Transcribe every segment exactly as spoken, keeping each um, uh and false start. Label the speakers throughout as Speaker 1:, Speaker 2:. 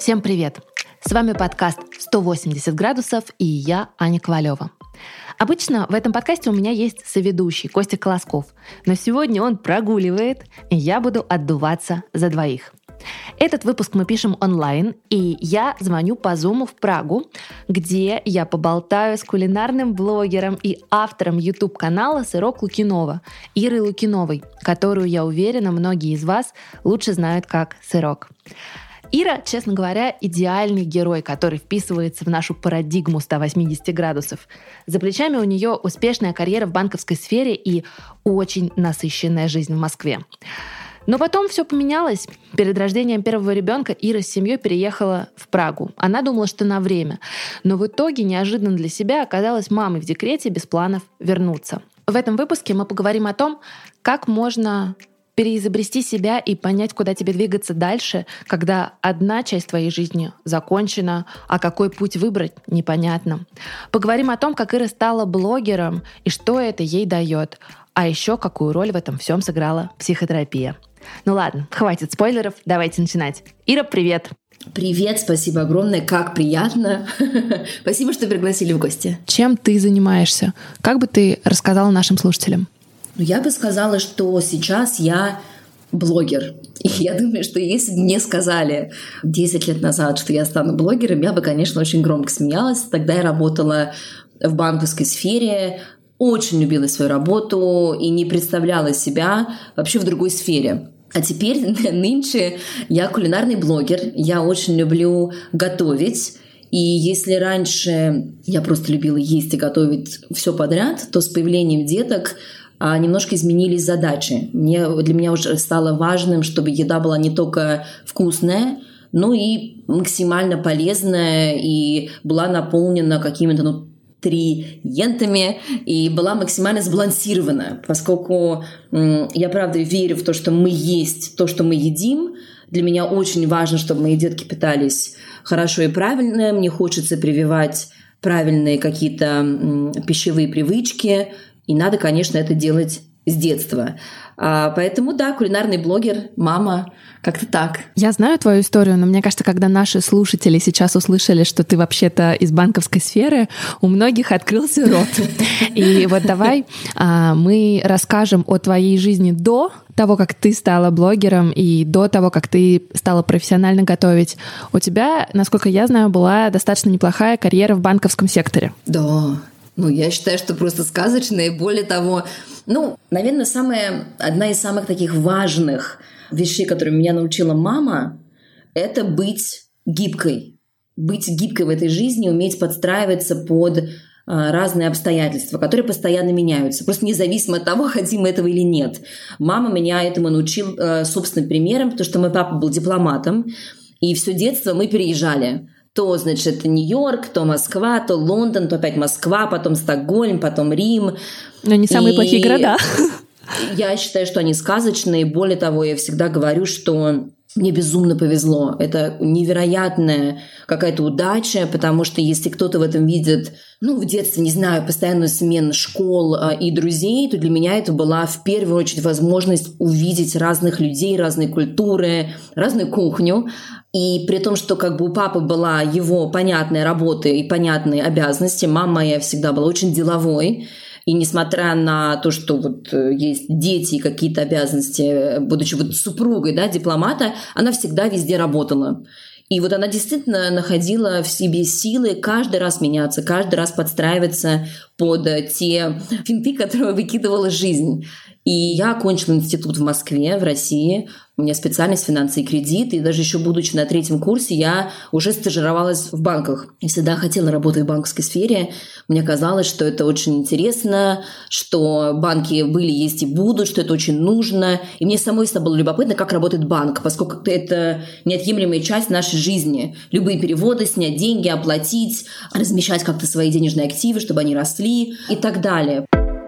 Speaker 1: Всем привет! С вами подкаст сто восемьдесят градусов и я, Аня Ковалева. Обычно в этом подкасте у меня есть соведущий Костя Колосков, но сегодня он прогуливает, и я буду отдуваться за двоих. Этот выпуск мы пишем онлайн, и я звоню по Зуму в Прагу, где я поболтаю с кулинарным блогером и автором YouTube-канала «Сырок Лукинова» Ирой Лукиновой, которую, я уверена, многие из вас лучше знают как «Сырок». Ира, честно говоря, идеальный герой, который вписывается в нашу парадигму ста восьмидесяти градусов. За плечами у нее успешная карьера в банковской сфере и очень насыщенная жизнь в Москве. Но потом все поменялось. Перед рождением первого ребенка Ира с семьей переехала в Прагу. Она думала, что на время. Но в итоге неожиданно для себя оказалась мамой в декрете без планов вернуться. В этом выпуске мы поговорим о том, как можно переизобрести себя и понять, куда тебе двигаться дальше, когда одна часть твоей жизни закончена, а какой путь выбрать — непонятно. Поговорим о том, как Ира стала блогером и что это ей дает, а еще какую роль в этом всем сыграла психотерапия. Ну ладно, хватит спойлеров, давайте начинать. Ира, привет!
Speaker 2: Привет, спасибо огромное, как приятно. Спасибо, что пригласили в гости.
Speaker 1: Чем ты занимаешься? Как бы ты рассказала нашим слушателям?
Speaker 2: Ну, я бы сказала, что сейчас я блогер. И я думаю, что если бы мне сказали десять лет назад, что я стану блогером, я бы, конечно, очень громко смеялась. Тогда я работала в банковской сфере, очень любила свою работу и не представляла себя вообще в другой сфере. А теперь, нынче, я кулинарный блогер, я очень люблю готовить. И если раньше я просто любила есть и готовить все подряд, то с появлением деток немножко изменились задачи. Мне, для меня уже стало важным, чтобы еда была не только вкусная, но и максимально полезная и была наполнена какими-то ну, нутриентами и была максимально сбалансирована, поскольку м, я правда верю в то, что мы есть то, что мы едим. Для меня очень важно, чтобы мои детки питались хорошо и правильно. Мне хочется прививать правильные какие-то м, пищевые привычки. И надо, конечно, это делать с детства. А, поэтому, да, кулинарный блогер, мама, как-то так.
Speaker 1: Я знаю твою историю, но мне кажется, когда наши слушатели сейчас услышали, что ты вообще-то из банковской сферы, у многих открылся рот. И вот давай мы расскажем о твоей жизни до того, как ты стала блогером, и до того, как ты стала профессионально готовить. У тебя, насколько я знаю, была достаточно неплохая карьера в банковском секторе.
Speaker 2: Да. Ну, я считаю, что просто сказочная. И более того, ну, наверное, самая, одна из самых таких важных вещей, которые меня научила мама, это быть гибкой. Быть гибкой в этой жизни, уметь подстраиваться под а, разные обстоятельства, которые постоянно меняются. Просто независимо от того, хотим мы этого или нет. Мама меня этому научила а, собственным примером, потому что мой папа был дипломатом, и все детство мы переезжали. То, значит, Нью-Йорк, то Москва, то Лондон, то опять Москва, потом Стокгольм, потом Рим.
Speaker 1: Но не самые и плохие города.
Speaker 2: Я считаю, что они сказочные. Более того, я всегда говорю, что мне безумно повезло. Это невероятная какая-то удача, потому что если кто-то в этом видит, ну, в детстве, не знаю, постоянную смену школ и друзей, то для меня это была в первую очередь возможность увидеть разных людей, разные культуры, разную кухню. И при том, что как бы у папы была его понятная работа и понятные обязанности, мама моя всегда была очень деловой. И несмотря на то, что вот есть дети и какие-то обязанности, будучи вот супругой, да, дипломата, она всегда везде работала. И вот она действительно находила в себе силы каждый раз меняться, каждый раз подстраиваться под те финты, которые выкидывала жизнь. И я окончила институт в Москве, в России. У меня специальность финансы и кредит. И даже еще будучи на третьем курсе, я уже стажировалась в банках. И всегда хотела работать в банковской сфере. Мне казалось, что это очень интересно, что банки были, есть и будут, что это очень нужно. И мне самой всегда было любопытно, как работает банк, поскольку это неотъемлемая часть нашей жизни. Любые переводы, снять деньги, оплатить, размещать как-то свои денежные активы, чтобы они росли и так далее.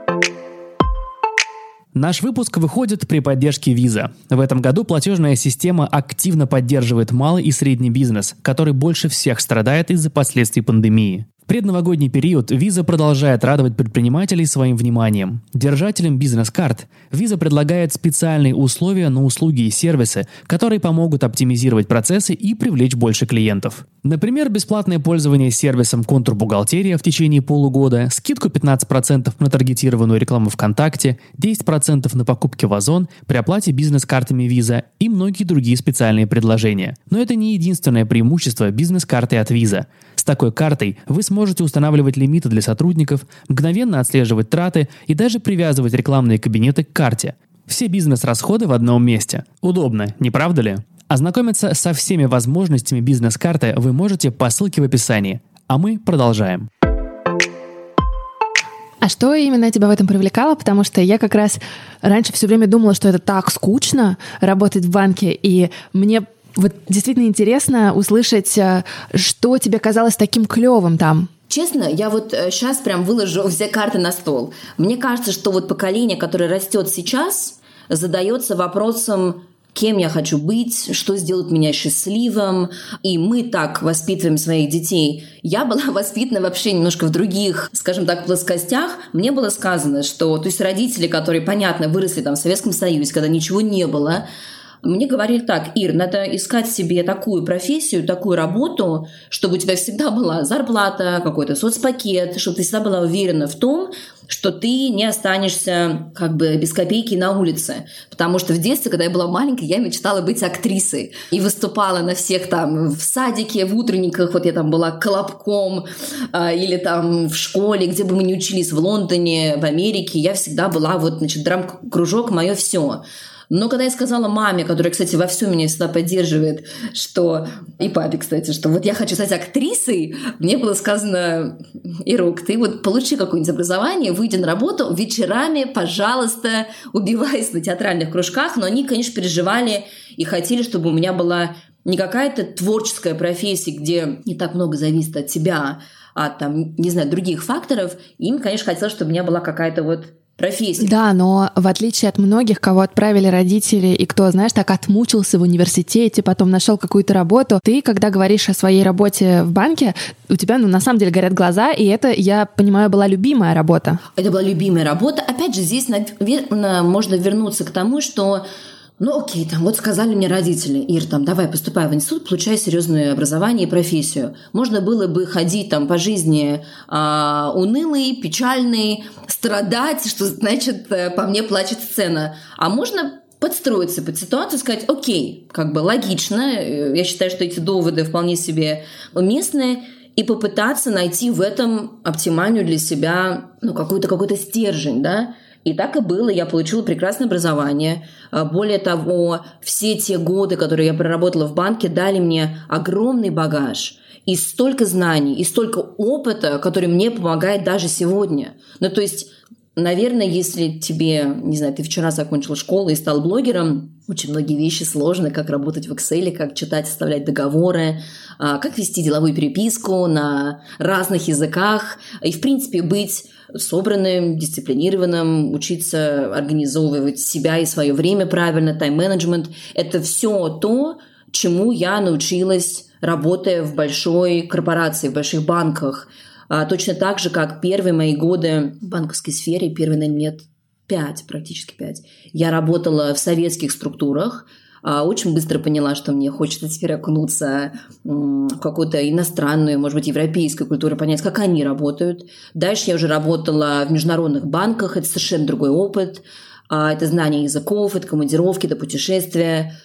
Speaker 3: Наш выпуск выходит при поддержке Visa. В этом году платежная система активно поддерживает малый и средний бизнес, который больше всех страдает из-за последствий пандемии. В предновогодний период Visa продолжает радовать предпринимателей своим вниманием. Держателям бизнес-карт Visa предлагает специальные условия на услуги и сервисы, которые помогут оптимизировать процессы и привлечь больше клиентов. Например, бесплатное пользование сервисом контрбухгалтерия в течение полугода, скидку пятнадцать процентов на таргетированную рекламу ВКонтакте, десять процентов на покупки в Озон при оплате бизнес-картами Visa и многие другие специальные предложения. Но это не единственное преимущество бизнес-карты от Visa. С такой картой вы сможете устанавливать лимиты для сотрудников, мгновенно отслеживать траты и даже привязывать рекламные кабинеты к карте. Все бизнес-расходы в одном месте. Удобно, не правда ли? Ознакомиться со всеми возможностями бизнес-карты вы можете по ссылке в описании. А мы продолжаем.
Speaker 1: А что именно тебя в этом привлекало? Потому что я как раз раньше все время думала, что это так скучно работать в банке, и мне вот действительно интересно услышать, что тебе казалось таким клевым там.
Speaker 2: Честно, я вот сейчас прям выложу все карты на стол. Мне кажется, что вот поколение, которое растет сейчас, задается вопросом, кем я хочу быть, что сделает меня счастливым. И мы так воспитываем своих детей. Я была воспитана вообще немножко в других, скажем так, плоскостях. Мне было сказано, что то есть родители, которые, понятно, выросли там в Советском Союзе, когда ничего не было, мне говорили так: Ир, надо искать себе такую профессию, такую работу, чтобы у тебя всегда была зарплата, какой-то соцпакет, чтобы ты всегда была уверена в том, что ты не останешься как бы без копейки на улице. Потому что в детстве, когда я была маленькой, я мечтала быть актрисой. И выступала на всех там в садике, в утренниках. Вот я там была колобком. Или там в школе, где бы мы ни учились, в Лондоне, в Америке. Я всегда была вот, значит, драм-кружок, мое все. Но когда я сказала маме, которая, кстати, во всем меня всегда поддерживает, что и папе, кстати, что вот я хочу стать актрисой, мне было сказано: Ирук, ты вот получи какое-нибудь образование, выйди на работу, вечерами, пожалуйста, убивайся на театральных кружках. Но они, конечно, переживали и хотели, чтобы у меня была не какая-то творческая профессия, где не так много зависит от тебя, а там, не знаю, других факторов. Им, конечно, хотелось, чтобы у меня была какая-то вот профессии.
Speaker 1: Да, но в отличие от многих, кого отправили родители, и кто, знаешь, так отмучился в университете, потом нашел какую-то работу, ты, когда говоришь о своей работе в банке, у тебя, ну, на самом деле горят глаза, и это, я понимаю, была любимая работа.
Speaker 2: Это была любимая работа. Опять же, здесь, наверное, можно вернуться к тому, что ну окей, там вот сказали мне родители: Ир, там, давай поступай в институт, получай серьезное образование и профессию. Можно было бы ходить там по жизни а, унылый, печальный, страдать, что значит по мне плачет сцена. А можно подстроиться под ситуацию, сказать: окей, как бы логично, я считаю, что эти доводы вполне себе уместны, и попытаться найти в этом оптимальную для себя, ну, какой-то какой-то стержень, да. И так и было. Я получила прекрасное образование. Более того, все те годы, которые я проработала в банке, дали мне огромный багаж. И столько знаний, и столько опыта, который мне помогает даже сегодня. Ну, то есть, наверное, если тебе, не знаю, ты вчера закончил школу и стал блогером, очень многие вещи сложны, как работать в Excel, как читать, составлять договоры, как вести деловую переписку на разных языках. И, в принципе, быть собранным, дисциплинированным, учиться организовывать себя и свое время правильно, тайм-менеджмент. Это все то, чему я научилась, работая в большой корпорации, в больших банках. А, точно так же, как первые мои годы в банковской сфере, первые, наверное, лет пять, практически пять, я работала в советских структурах. Очень быстро поняла, что мне хочется теперь окунуться в какую-то иностранную, может быть, европейскую культуру, понять, как они работают. Дальше я уже работала в международных банках, это совершенно другой опыт. Это знание языков, это командировки, это путешествия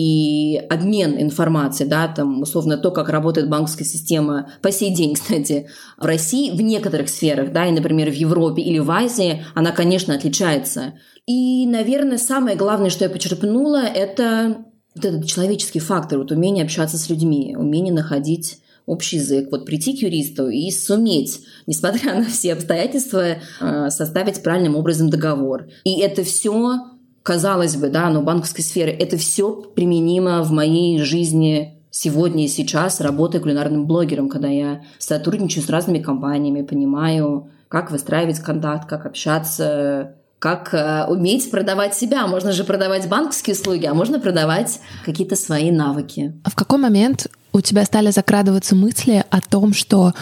Speaker 2: и обмен информацией, да, там, условно, то, как работает банковская система по сей день, кстати, в России, в некоторых сферах, да, и, например, в Европе или в Азии, она, конечно, отличается. И, наверное, самое главное, что я почерпнула, это вот этот человеческий фактор, вот умение общаться с людьми, умение находить общий язык, вот прийти к юристу и суметь, несмотря на все обстоятельства, составить правильным образом договор. И это все, казалось бы, да, но банковской сферы, это все применимо в моей жизни сегодня и сейчас, работая кулинарным блогером, когда я сотрудничаю с разными компаниями, понимаю, как выстраивать контакт, как общаться, как э, уметь продавать себя. Можно же продавать банковские услуги, а можно продавать какие-то свои навыки.
Speaker 1: А в какой момент у тебя стали закрадываться мысли о том, что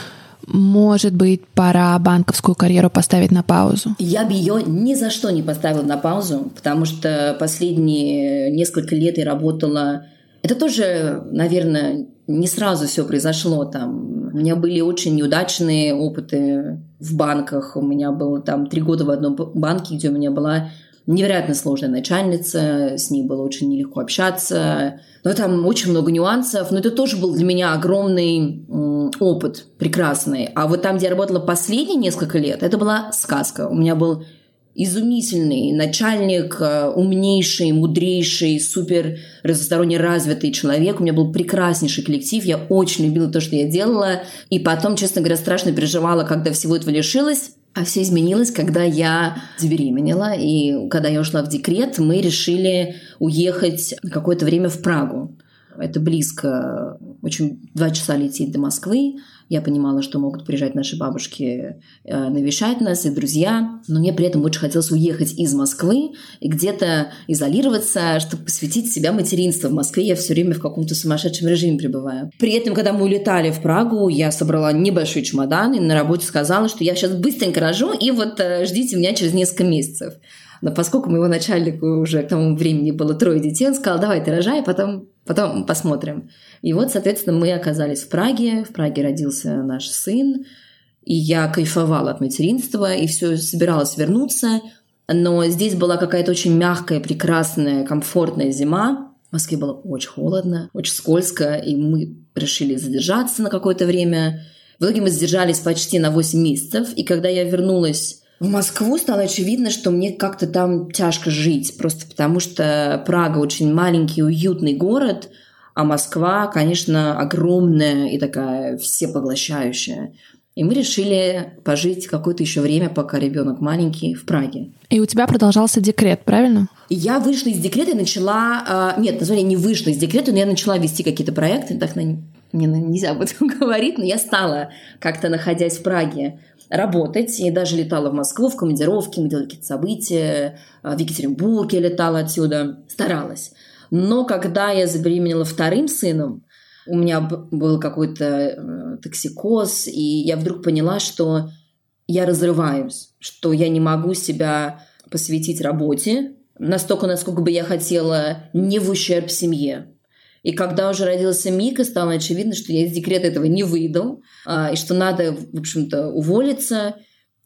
Speaker 1: может быть, пора банковскую карьеру поставить на паузу?
Speaker 2: Я бы ее ни за что не поставила на паузу, потому что последние несколько лет я работала... Это тоже, наверное, не сразу все произошло. Там. У меня были очень неудачные опыты в банках. У меня было там три года в одном банке, где у меня была невероятно сложная начальница, с ней было очень нелегко общаться. Но там очень много нюансов. Но это тоже был для меня огромный м, опыт, прекрасный. А вот там, где я работала последние несколько лет, это была сказка. У меня был изумительный начальник, умнейший, мудрейший, супер разносторонне развитый человек. У меня был прекраснейший коллектив. Я очень любила то, что я делала. И потом, честно говоря, страшно переживала, когда всего этого лишилась. А все изменилось, когда я забеременела. И когда я ушла в декрет, мы решили уехать на какое-то время в Прагу. Это близко, очень два часа лететь до Москвы. Я понимала, что могут приезжать наши бабушки э, навещать нас и друзья. Но мне при этом очень хотелось уехать из Москвы и где-то изолироваться, чтобы посвятить себя материнству. В Москве я все время в каком-то сумасшедшем режиме пребываю. При этом, когда мы улетали в Прагу, я собрала небольшой чемодан и на работе сказала, что я сейчас быстренько рожу, и вот э, ждите меня через несколько месяцев. Но поскольку моего начальника уже к тому времени было трое детей, он сказал, давай ты рожай, потом, потом посмотрим. И вот, соответственно, мы оказались в Праге. В Праге родился наш сын. И я кайфовала от материнства, и все собиралась вернуться. Но здесь была какая-то очень мягкая, прекрасная, комфортная зима. В Москве было очень холодно, очень скользко, и мы решили задержаться на какое-то время. В итоге мы задержались почти на восемь месяцев. И когда я вернулась в Москву, стало очевидно, что мне как-то там тяжко жить, просто потому что Прага очень маленький, уютный город, а Москва, конечно, огромная и такая всепоглощающая. И мы решили пожить какое-то еще время, пока ребенок маленький, в Праге.
Speaker 1: И у тебя продолжался декрет, правильно?
Speaker 2: Я вышла из декрета и начала... Нет, название не вышла из декрета, но я начала вести какие-то проекты, так мне нельзя об этом говорить, но я стала как-то, находясь в Праге, работать. Я даже летала в Москву в командировки, мы делали какие-то события. В Екатеринбург я летала отсюда. Старалась. Но когда я забеременела вторым сыном, у меня был какой-то токсикоз, и я вдруг поняла, что я разрываюсь, что я не могу себя посвятить работе настолько, насколько бы я хотела, не в ущерб семье. И когда уже родился Мика, стало очевидно, что я из декрета этого не выйду, и что надо, в общем-то, уволиться.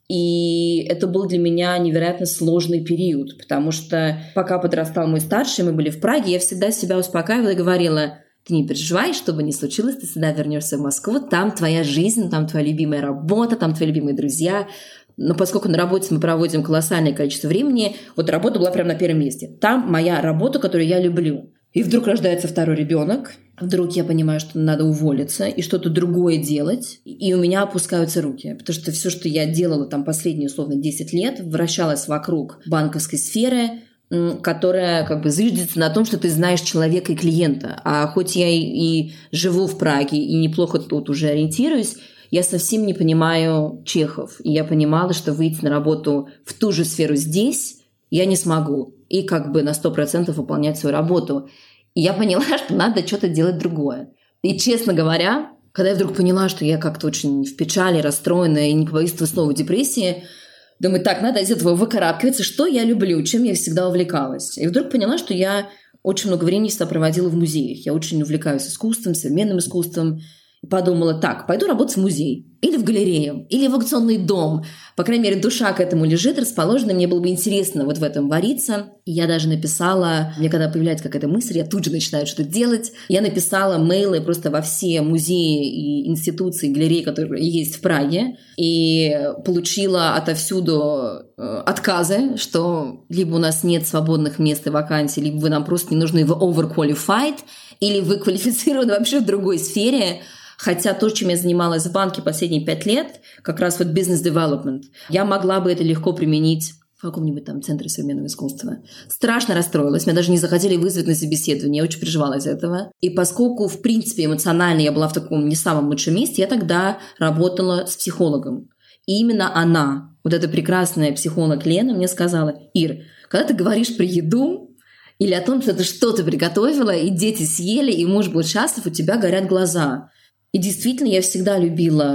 Speaker 2: И это был для меня невероятно сложный период, потому что пока подрастал мой старший, мы были в Праге, я всегда себя успокаивала и говорила, ты не переживай, что бы ни случилось, ты всегда вернешься в Москву, там твоя жизнь, там твоя любимая работа, там твои любимые друзья. Но поскольку на работе мы проводим колоссальное количество времени, вот работа была прямо на первом месте. Там моя работа, которую я люблю. И вдруг рождается второй ребенок, вдруг я понимаю, что надо уволиться и что-то другое делать, и у меня опускаются руки, потому что все, что я делала там последние, условно, десять лет, вращалось вокруг банковской сферы, которая как бы зиждется на том, что ты знаешь человека и клиента. А хоть я и, и живу в Праге, и неплохо тут уже ориентируюсь, я совсем не понимаю чехов. И я понимала, что выйти на работу в ту же сферу здесь я не смогу. И как бы на сто процентов выполнять свою работу. И я поняла, что надо что-то делать другое. И, честно говоря, когда я вдруг поняла, что я как-то очень в печали, расстроена и не побоюсь этого слова, в депрессии, думаю, так, надо из этого выкарабкиваться, что я люблю, чем я всегда увлекалась. И вдруг поняла, что я очень много времени всегда проводила в музеях. Я очень увлекаюсь искусством, современным искусством. И подумала, так, пойду работать в музей, или в галерею, или в аукционный дом. По крайней мере, душа к этому лежит, расположена, мне было бы интересно вот в этом вариться. И я даже написала, мне когда появляется какая-то мысль, я тут же начинаю что-то делать. Я написала мейлы просто во все музеи и институции, галереи, которые есть в Праге, и получила отовсюду отказы, что либо у нас нет свободных мест и вакансий, либо вы нам просто не нужны, вы overqualified, или вы квалифицированы вообще в другой сфере. Хотя то, чем я занималась в банке последние пять лет, как раз вот бизнес-девелопмент, я могла бы это легко применить в каком-нибудь там центре современного искусства. Страшно расстроилась, меня даже не захотели вызвать на собеседование, я очень переживала из-за этого. И поскольку, в принципе, эмоционально я была в таком не самом лучшем месте, я тогда работала с психологом. И именно она, вот эта прекрасная психолог Лена, мне сказала, Ир, когда ты говоришь про еду или о том, что ты что-то приготовила, и дети съели, и муж был счастлив, у тебя горят глаза. И действительно, я всегда любила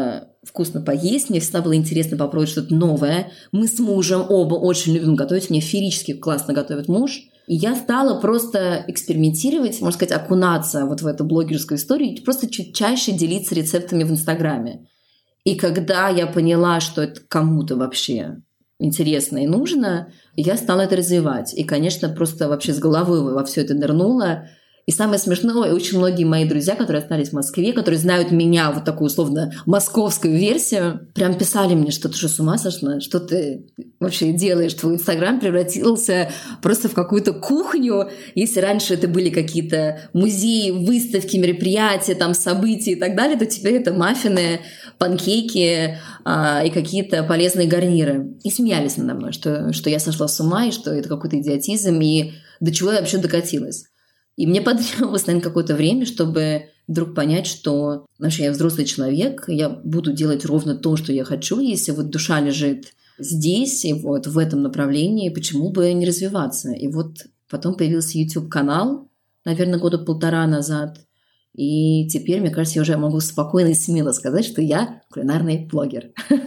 Speaker 2: вкусно поесть, мне всегда было интересно попробовать что-то новое. Мы с мужем оба очень любим готовить, мне феерически классно готовит муж. И я стала просто экспериментировать, можно сказать, окунаться вот в эту блогерскую историю, и просто чуть чаще делиться рецептами в Инстаграме. И когда я поняла, что это кому-то вообще интересно и нужно, я стала это развивать. И, конечно, просто вообще с головой во все это нырнула. И самое смешное, очень многие мои друзья, которые остались в Москве, которые знают меня, вот такую условно московскую версию, прям писали мне, что ты что, с ума сошла? Что ты вообще делаешь? Твой Инстаграм превратился просто в какую-то кухню. Если раньше это были какие-то музеи, выставки, мероприятия, там события и так далее, то теперь это маффины, панкейки а, и какие-то полезные гарниры. И смеялись надо мной, что, что я сошла с ума, и что это какой-то идиотизм, и до чего я вообще докатилась. И мне потребовалось, наверное, какое-то время, чтобы вдруг понять, что вообще я взрослый человек, я буду делать ровно то, что я хочу, если вот душа лежит здесь, и вот в этом направлении, почему бы не развиваться. И вот потом появился YouTube-канал, наверное, года полтора назад, и теперь, мне кажется, я уже могу спокойно и смело сказать, что я кулинарный блогер.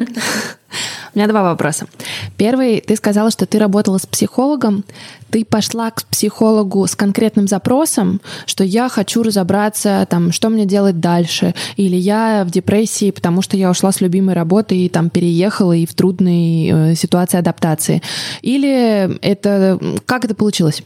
Speaker 1: У меня два вопроса. Первый, ты сказала, что ты работала с психологом. Ты пошла к психологу с конкретным запросом, что я хочу разобраться, там, что мне делать дальше, или я в депрессии, потому что я ушла с любимой работы и там переехала и в трудной э, ситуации адаптации. Или это... Как это получилось?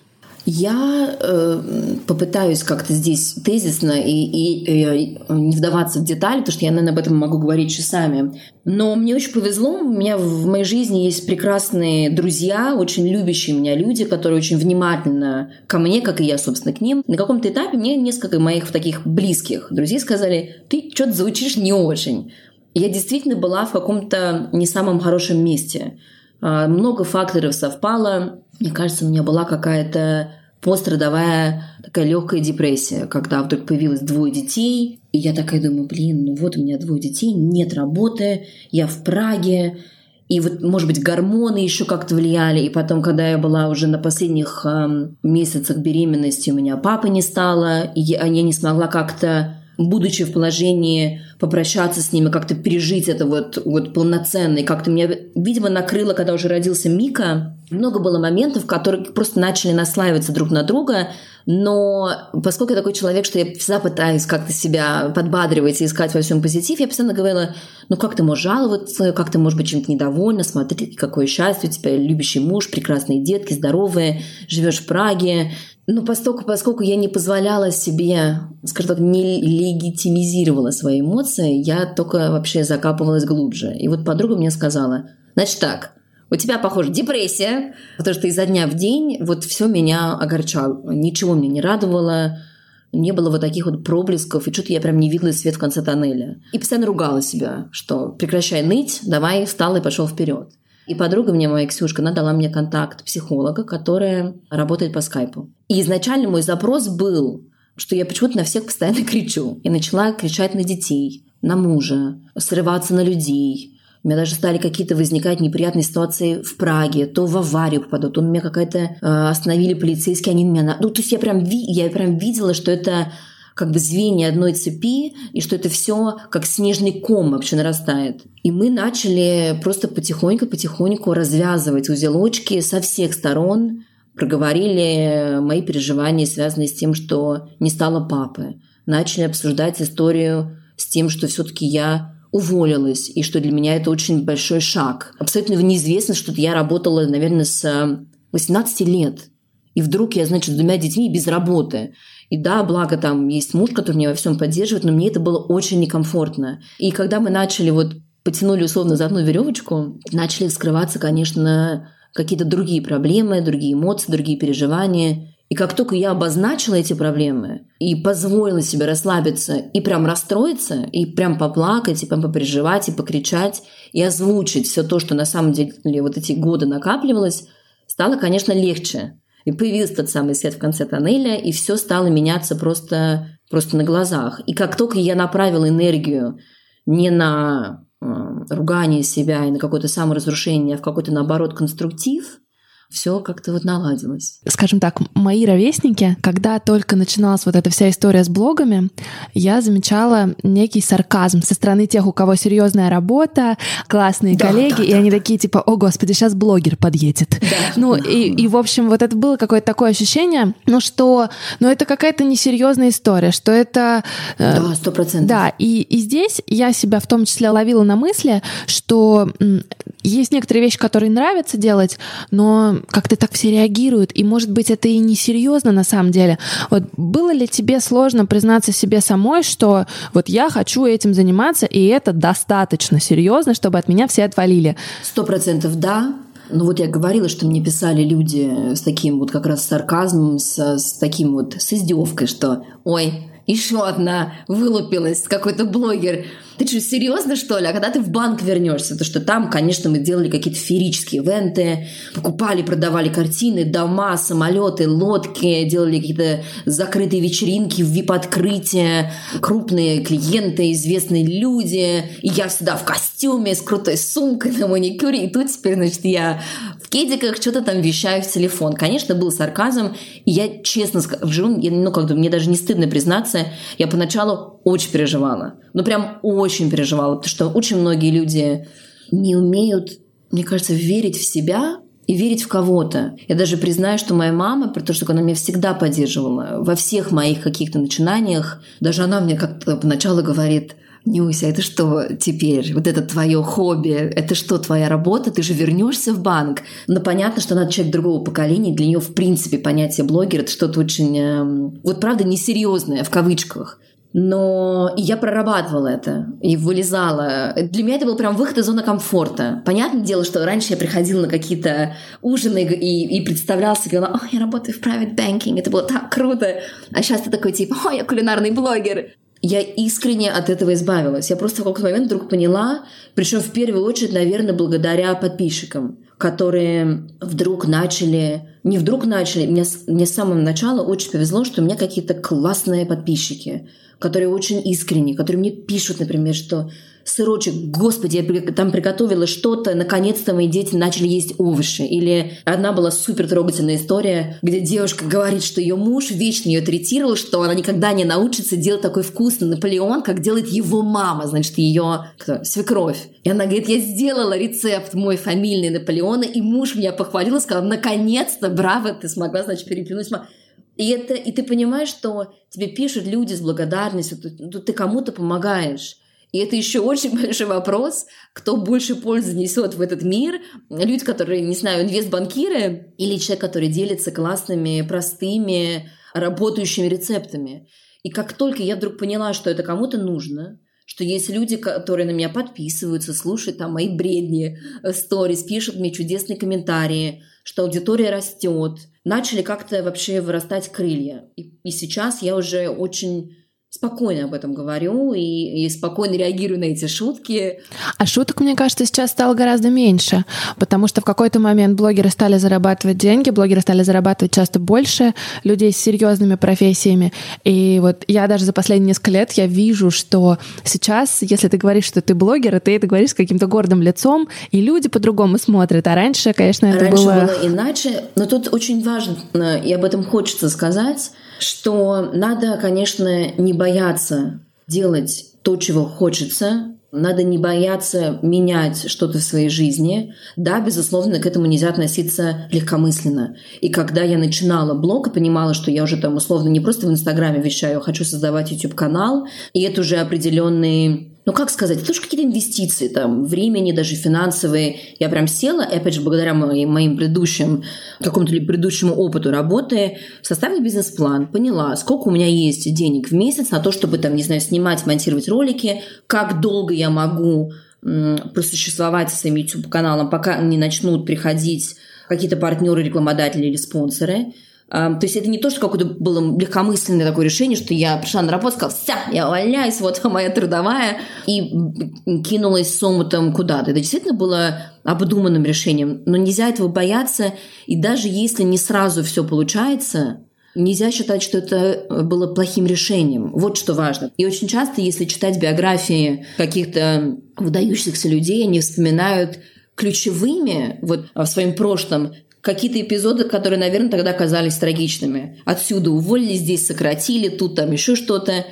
Speaker 2: Я э, попытаюсь как-то здесь тезисно и, и, и не вдаваться в детали, потому что я, наверное, об этом могу говорить часами. Но мне очень повезло. У меня в моей жизни есть прекрасные друзья, очень любящие меня люди, которые очень внимательно ко мне, как и я, собственно, к ним. На каком-то этапе мне несколько моих таких близких друзей сказали: ты что-то звучишь не очень. И я действительно была в каком-то не самом хорошем месте. Много факторов совпало. Мне кажется, у меня была какая-то пострадовая такая легкая депрессия, когда вдруг появилось двое детей, и я такая думаю, блин, ну вот у меня двое детей, нет работы, я в Праге, и вот, может быть, гормоны еще как-то влияли, и потом, когда я была уже на последних э, месяцах беременности, у меня папы не стало, и я, я не смогла как-то, будучи в положении попрощаться с ними, как-то пережить это вот, вот полноценно. И как-то меня, видимо, накрыло, когда уже родился Мика. Много было моментов, которые просто начали наслаиваться друг на друга. Но поскольку я такой человек, что я всегда пытаюсь как-то себя подбадривать и искать во всем позитив, я постоянно говорила, ну как ты можешь жаловаться, как ты можешь быть чем-то недовольна, смотри, какое счастье, у тебя любящий муж, прекрасные детки, здоровые, живешь в Праге. Но поскольку, поскольку я не позволяла себе, скажем так, не легитимизировала свои эмоции, я только вообще закапывалась глубже. И вот подруга мне сказала, значит так, у тебя, похоже, депрессия, потому что изо дня в день вот все меня огорчало, ничего меня не радовало, не было вот таких вот проблесков, и что-то я прям не видела свет в конце тоннеля. И постоянно ругала себя, что прекращай ныть, давай встал и пошел вперед. И подруга мне, моя Ксюшка, она дала мне контакт психолога, которая работает по скайпу. И изначально мой запрос был, что я почему-то на всех постоянно кричу. Я начала кричать на детей, на мужа, срываться на людей. У меня даже стали какие-то возникать неприятные ситуации в Праге. То в аварию попаду, то меня какая-то э, остановили полицейские, они меня... Ну, то есть я прям, ви... я прям видела, что это как бы звенья одной цепи, и что это все как снежный ком вообще нарастает. И мы начали просто потихоньку-потихоньку развязывать узелочки со всех сторон, проговорили мои переживания, связанные с тем, что не стало папы. Начали обсуждать историю с тем, что все-таки я уволилась, и что для меня это очень большой шаг. Абсолютно в неизвестность, что я работала, наверное, с восемнадцати лет. И вдруг я, значит, с двумя детьми без работы. И да, благо там есть муж, который меня во всем поддерживает, но мне это было очень некомфортно. И когда мы начали, вот потянули условно за одну веревочку, начали вскрываться, конечно, какие-то другие проблемы, другие эмоции, другие переживания. И как только я обозначила эти проблемы и позволила себе расслабиться и прям расстроиться, и прям поплакать, и прям попереживать, и покричать, и озвучить все то, что на самом деле вот эти годы накапливалось, стало, конечно, легче. И появился тот самый свет в конце тоннеля, и все стало меняться просто, просто на глазах. И как только я направила энергию не на э, ругание себя и на какое-то саморазрушение, а в какой-то, наоборот, конструктив, все как-то вот наладилось.
Speaker 1: Скажем так, мои ровесники, когда только начиналась вот эта вся история с блогами, я замечала некий сарказм со стороны тех, у кого серьезная работа, классные да, коллеги, да, и да. они такие типа: о, господи, сейчас блогер подъедет. Да, ну да. И, и, в общем, вот это было какое-то такое ощущение, ну что, ну это какая-то несерьезная история, что это...
Speaker 2: Да, сто процентов.
Speaker 1: Да, и, и здесь я себя в том числе ловила на мысли, что м, есть некоторые вещи, которые нравится делать, но как-то так все реагируют, и, может быть, это и несерьезно на самом деле. Вот было ли тебе сложно признаться себе самой, что вот я хочу этим заниматься, и это достаточно серьезно, чтобы от меня все отвалили?
Speaker 2: Сто процентов да. Ну вот я говорила, что мне писали люди с таким вот как раз сарказмом, с, с таким вот, с издевкой, что «Ой, еще одна вылупилась, какой-то блогер. Ты что, серьезно, что ли? А когда ты в банк вернешься, то что там, конечно, мы делали какие-то феерические ивенты, покупали, продавали картины, дома, самолеты, лодки, делали какие-то закрытые вечеринки, ви ай пи-открытия, крупные клиенты, известные люди. И я всегда в костюме, с крутой сумкой на маникюре. И тут теперь, значит, я в кедиках что-то там вещаю в телефон. Конечно, был сарказм. И я честно скажу, ну, как-то мне даже не стыдно признаться, я поначалу очень переживала. Ну, прям очень переживала, потому что очень многие люди не умеют, мне кажется, верить в себя и верить в кого-то. Я даже признаю, что моя мама, при том, что она меня всегда поддерживала во всех моих каких-то начинаниях, даже она мне как-то поначалу говорит: Нюся, это что теперь? Вот это твое хобби? Это что, твоя работа? Ты же вернешься в банк? Но понятно, что она человек другого поколения. Для нее, в принципе, понятие блогера — это что-то очень, вот правда, несерьезное, в кавычках. Но и я прорабатывала это и вылезала. Для меня это был прям выход из зоны комфорта. Понятное дело, что раньше я приходила на какие-то ужины и, и представляла себе: о, я работаю в private banking, это было так круто. А сейчас ты такой типа: о, я кулинарный блогер. Я искренне от этого избавилась. Я просто в какой-то момент вдруг поняла, причем в первую очередь, наверное, благодаря подписчикам, которые вдруг начали... Не вдруг начали, мне, мне с самого начала очень повезло, что у меня какие-то классные подписчики, которые очень искренне, которые мне пишут, например, что сырочек, господи, я там приготовила что-то, наконец-то мои дети начали есть овощи. Или одна была супер трогательная история, где девушка говорит, что ее муж вечно ее третировал, что она никогда не научится делать такой вкусный Наполеон, как делает его мама, значит, ее кто, свекровь. И она говорит: я сделала рецепт мой фамильный Наполеона, и муж меня похвалил и сказал: наконец-то, браво, ты смогла, значит, переплюнуть. И, это, и ты понимаешь, что тебе пишут люди с благодарностью, ты, ты кому-то помогаешь. И это еще очень большой вопрос, кто больше пользы несет в этот мир. Люди, которые, не знаю, инвестбанкиры, или человек, который делится классными, простыми, работающими рецептами. И как только я вдруг поняла, что это кому-то нужно, что есть люди, которые на меня подписываются, слушают там мои бредни, сторис, пишут мне чудесные комментарии, что аудитория растет, начали как-то вообще вырастать крылья. И, и сейчас я уже очень... спокойно об этом говорю и, и спокойно реагирую на эти шутки.
Speaker 1: А шуток, мне кажется, сейчас стало гораздо меньше, потому что в какой-то момент блогеры стали зарабатывать деньги, блогеры стали зарабатывать часто больше людей с серьезными профессиями. И вот я даже за последние несколько лет я вижу, что сейчас, если ты говоришь, что ты блогер, ты это говоришь с каким-то гордым лицом, и люди по-другому смотрят. А раньше, конечно, это
Speaker 2: раньше
Speaker 1: было...
Speaker 2: было иначе, но тут очень важно, и об этом хочется сказать, что надо, конечно, не бояться делать то, чего хочется, надо не бояться менять что-то в своей жизни. Да, безусловно, к этому нельзя относиться легкомысленно. И когда я начинала блог и понимала, что я уже там условно не просто в Инстаграме вещаю, а хочу создавать YouTube-канал, и это уже определенные... Ну, как сказать, это тоже какие-то инвестиции, там, времени, даже финансовые. Я прям села, и опять же, благодаря моим, моим предыдущим, какому-то предыдущему опыту работы, составила бизнес-план, поняла, сколько у меня есть денег в месяц на то, чтобы, там, не знаю, снимать, монтировать ролики, как долго я могу м- просуществовать со своим YouTube-каналом, пока не начнут приходить какие-то партнеры, рекламодатели или спонсоры. То есть это не то, что какое-то было легкомысленное такое решение, что я пришла на работу, сказала: вся, я увольняюсь, вот моя трудовая, и кинулась с омутом куда-то. Это действительно было обдуманным решением, но нельзя этого бояться, и даже если не сразу все получается, нельзя считать, что это было плохим решением. Вот что важно. И очень часто, если читать биографии каких-то выдающихся людей, они вспоминают ключевыми вот в своем прошлом какие-то эпизоды, которые, наверное, тогда казались трагичными. Отсюда уволили, здесь сократили, тут там еще что-то.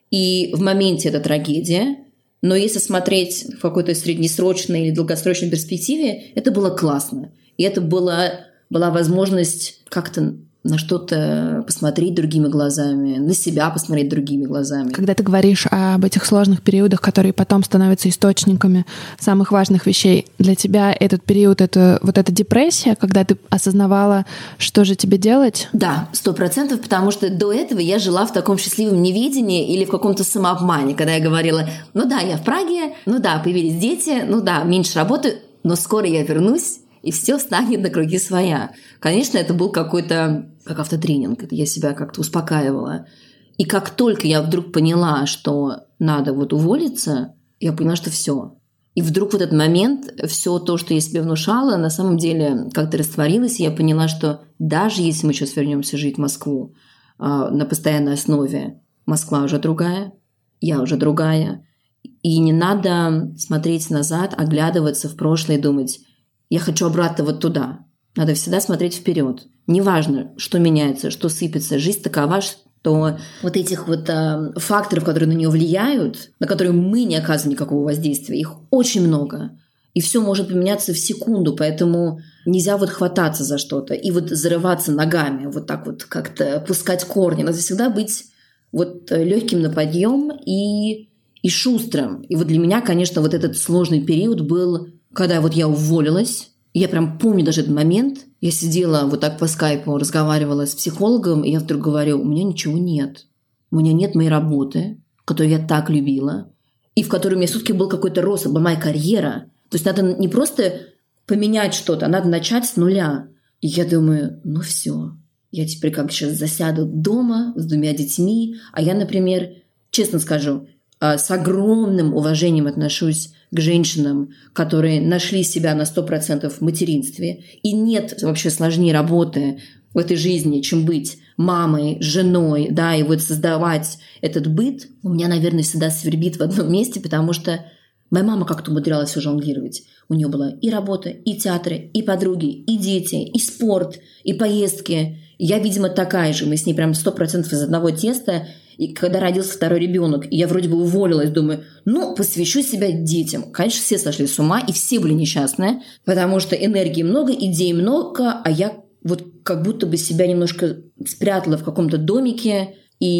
Speaker 2: И в моменте это трагедия. Но если смотреть в какой-то среднесрочной или долгосрочной перспективе, это было классно. И это была, была возможность как-то на что-то посмотреть другими глазами, на себя посмотреть другими глазами.
Speaker 1: Когда ты говоришь об этих сложных периодах, которые потом становятся источниками самых важных вещей, для тебя этот период — это вот эта депрессия, когда ты осознавала, что же тебе делать?
Speaker 2: Да, сто процентов, потому что до этого я жила в таком счастливом неведении или в каком-то самообмане, когда я говорила, ну да, я в Праге, ну да, появились дети, ну да, меньше работы, но скоро я вернусь, и все встанет на круги своя. Конечно, это был какой-то, как автотренинг, это я себя как-то успокаивала. И как только я вдруг поняла, что надо вот уволиться, я поняла, что все. И вдруг в этот момент все то, что я себе внушала, на самом деле как-то растворилось, и я поняла, что даже если мы сейчас вернемся жить в Москву э, на постоянной основе, Москва уже другая, я уже другая, и не надо смотреть назад, оглядываться в прошлое и думать, я хочу обратно вот туда. Надо всегда смотреть вперед. Неважно, что меняется, что сыпется. Жизнь такова, что вот этих вот э, факторов, которые на нее влияют, на которые мы не оказываем никакого воздействия, их очень много. И все может поменяться в секунду, поэтому нельзя вот хвататься за что-то и вот зарываться ногами, вот так вот как-то пускать корни. Надо всегда быть вот легким на подъем и, и шустрым. И вот для меня, конечно, вот этот сложный период был, когда вот я уволилась. Я прям помню даже этот момент. Я сидела вот так по скайпу, разговаривала с психологом, и я вдруг говорю, у меня ничего нет. У меня нет моей работы, которую я так любила, и в которой у меня все-таки был какой-то рост, была моя карьера. То есть надо не просто поменять что-то, а надо начать с нуля. И я думаю, ну все, я теперь как сейчас засяду дома с двумя детьми, а я, например, честно скажу, с огромным уважением отношусь к женщинам, которые нашли себя на сто процентов в материнстве. И нет вообще сложнее работы в этой жизни, чем быть мамой, женой, да, и вот создавать этот быт. У меня, наверное, всегда свербит в одном месте, потому что моя мама как-то умудрялась все жонглировать. У нее была и работа, и театры, и подруги, и дети, и спорт, и поездки. Я, видимо, такая же. Мы с ней прям сто процентов из одного теста. И когда родился второй ребенок, я вроде бы уволилась, думаю, ну, посвящу себя детям. Конечно, все сошли с ума, и все были несчастные, потому что энергии много, идей много, а я вот как будто бы себя немножко спрятала в каком-то домике,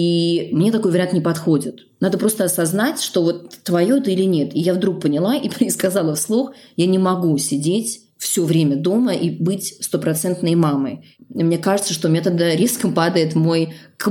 Speaker 2: и мне такой вариант не подходит. Надо просто осознать, что вот твое это или нет. И я вдруг поняла и сказала вслух, я не могу сидеть все время дома и быть стопроцентной мамой. Мне кажется, что у меня тогда резко падает мой